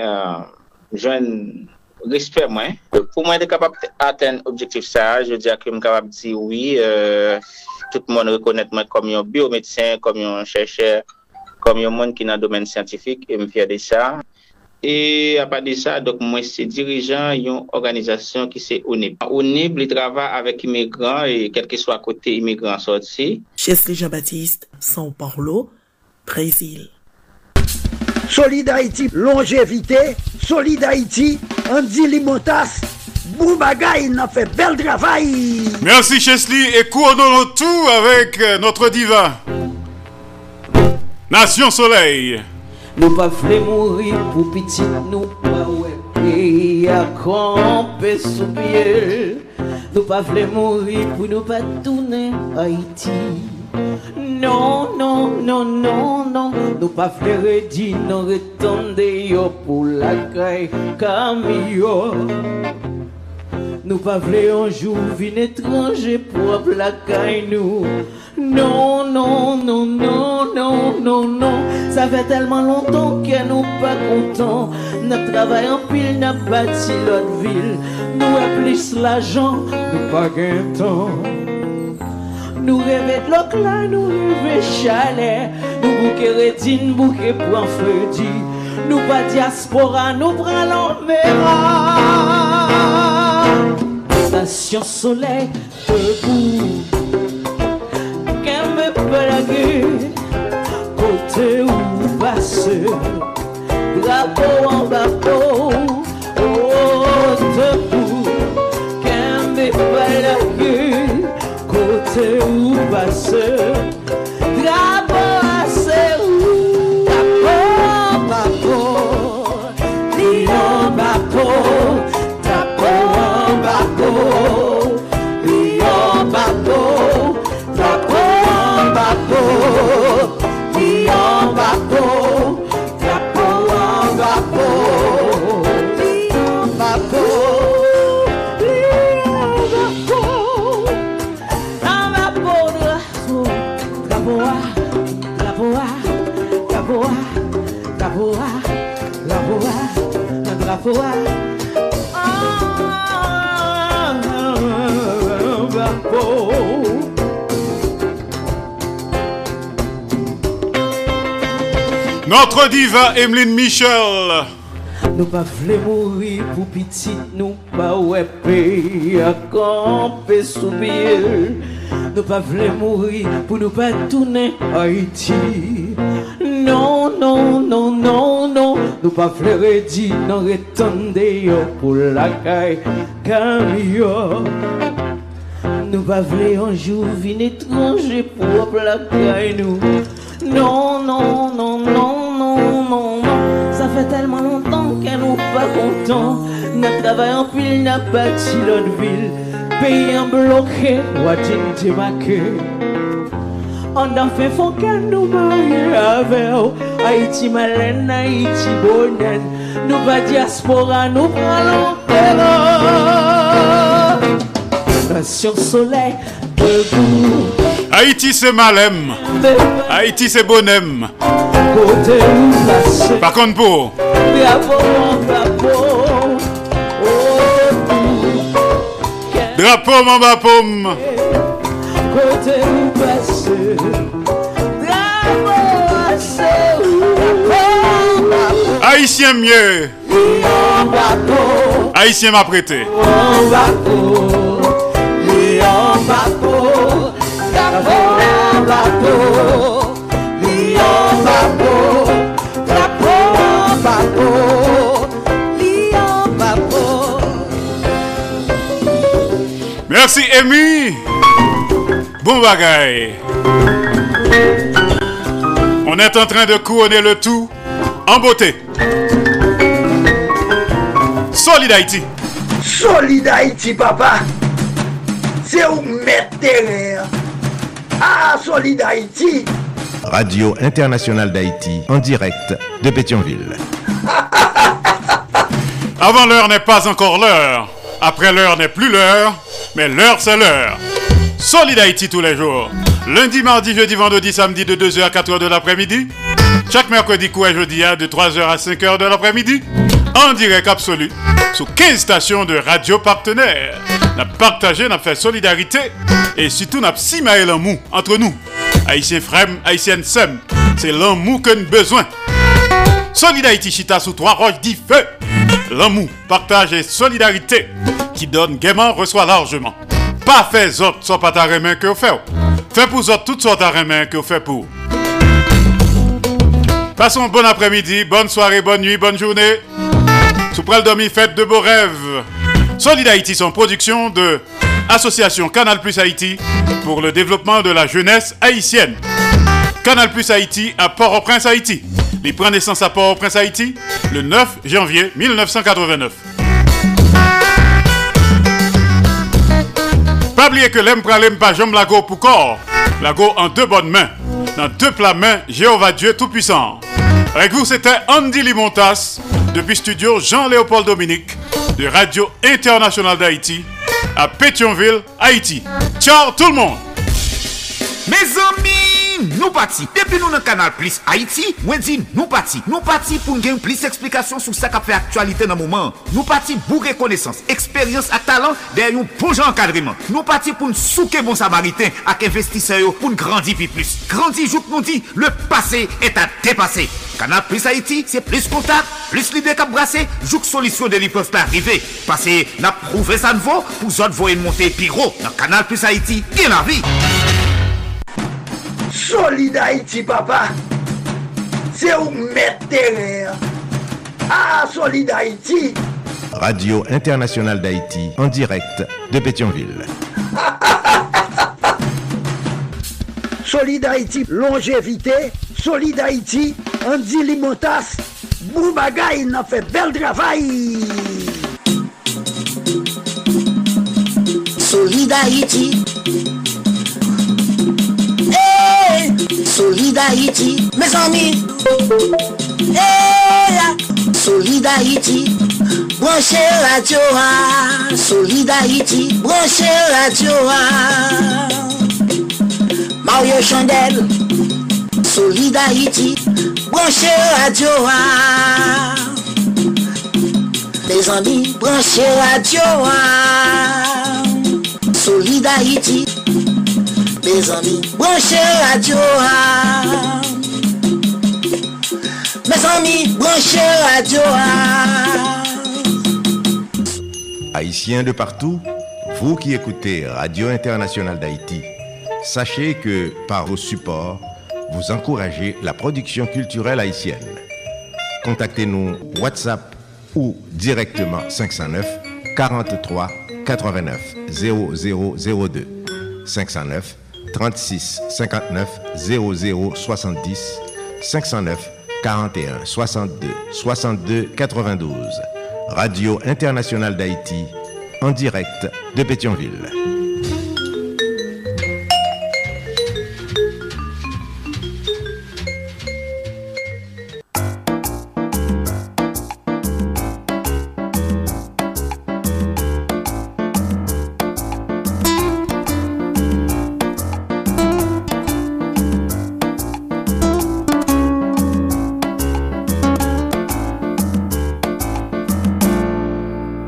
jeune respect moi. Pour moi être capable d'atteindre l'objectif ça, je dis que je suis capable de dire oui, tout le monde reconnaît moi comme un biomédecin, comme un chercheur, comme un monde qui est dans le domaine scientifique, et me fier de ça. Et à part de ça, donc moi c'est dirigeant d'une organisation qui c'est ONIB. ONIB, il travaille avec immigrants et quel que soit côté immigrants sortis. Chesley Jean-Baptiste, São Paulo, Brésil. Solid Haïti, longévité. Solid Haïti, Andy Limotas. Boubagaï, il a fait bel travail. Merci Chesley et couronnons tout avec notre diva. Nation Soleil. Nous pas voulons mourir pour petit nous, ouais. pays à camper sous pied. Nous pas voulons mourir pour nous pas tourner Haïti. Non, non, non, non, non. Nous pas voulons redire, nous retourner pour la caille camion. Nous pas voulons un jour vin étranger pour la caille nous. Non, non, non, non, non, non, non. Ça fait tellement longtemps que nous pas contents. Notre travail en pile n'a bâti l'autre ville. Nous a plus l'argent, nous pas gain temps. Nous rêvons de l'eau là, nous rêvons chalet. Nous bouquets rétine, bouquets pour un feuillet. Nous pas diaspora, nous prenons l'Oméra. Station soleil, debout. Côté où passe drapeau en bateau, oh debout, qu'un pas la gueule. Côté où passe drapeau à Serrou, drapeau en bateau, lion bateau, drapeau en bateau, lion bateau. Notre diva Emeline Michel. Nous pas voulons mourir pour petit, nous pas ouais pays à camper sous pied. Nous pas voulons mourir pour nous pas tourner Haïti. Non, non, non, non, non. Nous pas voulons redire, non retender pour la caille camion. Nous pas voulons un jour vin étranger pour la caille nous. Non, non, non, non, non, non, non. Ça fait tellement longtemps qu'elle nous pas content. Notre travail en pile n'a bâti l'autre ville. Pays en bloqué, Ouadine démarqué. On a fait fond qu'elle nous marie avec Haïti malène, Haïti bonne. Nous pas diaspora, nous prenons l'Oméra. Sur soleil, debout. Haïti c'est malem, Haïti c'est bonhomme. Par contre pour drapeau mon bapom. Haïtien mieux, Haïtien m'a prêté. Merci Amy. Bon bagaille. On est en train de couronner le tout en beauté. Solid Haïti. Solid Haïti, papa. C'est où mettre terrain. Ah, Solid Haïti. Radio Internationale d'Haïti, en direct de Pétionville. Avant l'heure n'est pas encore l'heure. Après l'heure n'est plus l'heure. Mais l'heure c'est l'heure. Solid Haïti tous les jours. Lundi, mardi, jeudi, vendredi, samedi de 2h à 4h de l'après-midi. Chaque mercredi, coup et jeudi de 3h à 5h de l'après-midi. En direct absolu. Sous 15 stations de radio partenaires. N'a partagé, n'a fait solidarité. Et surtout n'a simaé l'amour entre nous. Haïtien frème, Haïtienne sem. C'est l'amour que nous avons besoin. Solid Haïti chita sous 3 roches dit feu. L'amour, partage et solidarité. Qui donne gaiement, reçoit largement. Pas fait autres, soit pas ta remain que vous faites. Fait pour autres, toutes sortes de remain que vous faites pour. Passons bon après-midi, bonne soirée, bonne nuit, bonne journée. Sous pral dormi, faites de beaux rêves. Solid Haïti, son production de Association Canal Plus Haïti pour le développement de la jeunesse haïtienne. Canal Plus Haïti à Port-au-Prince, Haïti. Il prend naissance à Port-au-Prince, Haïti, le 9 janvier 1989. Pas oublier que l'aime pralem pas jambe lago pour corps, lago en deux bonnes mains, dans deux plats mains, Jéhovah Dieu Tout-Puissant. Avec vous, c'était Andy Limontas, depuis studio Jean-Léopold Dominique, de Radio Internationale d'Haïti, à Pétionville, Haïti. Ciao tout le monde! Mes amis, nous partis. Depuis nous dans Canal Plus Haïti, moi dit nous partis. Nous partis pour gagner plus d'explications sur ça qui fait actualité dans le moment. Nous partis pour reconnaissance, expérience et talent derrière un bon encadrement. Nous partis pour nous souquer bon samaritain avec investisseurs pour nous grandir plus. Grandir, je nous dis, le passé est à dépasser. Canal Plus Haïti, c'est plus contact, plus l'idée qu'à brasser, joue solution de peuvent pas arriver. Parce que n'a prouvé ça ne vaut pour autres voyer monter piro. Dans Canal Plus Haïti, bien la vie. Solid Haïti, papa. C'est où mettre terrain. Ah, Solid Haïti. Radio Internationale d'Haïti, en direct de Pétionville. Solid Haïti, longévité. Solid Haïti, Andy Limontas. Boubagaï, n'a fait bel travail. Solid Haïti. Solid Haïti, mes amis. Solid Haïti, branchez radio. Solid Haïti, branchez radio. Mario Chandel. Solid Haïti, branchez radio. Mes amis, branchez radio. Solid Haïti. Mes amis, branchez radio. Mes amis, branchez radio. Haïtiens de partout, vous qui écoutez Radio Internationale d'Haïti, sachez que par vos supports, vous encouragez la production culturelle haïtienne. Contactez-nous WhatsApp ou directement 509 43 89 0002 509 36 59 00 70 509 41 62 62 92. Radio Internationale d'Haïti, en direct de Pétionville.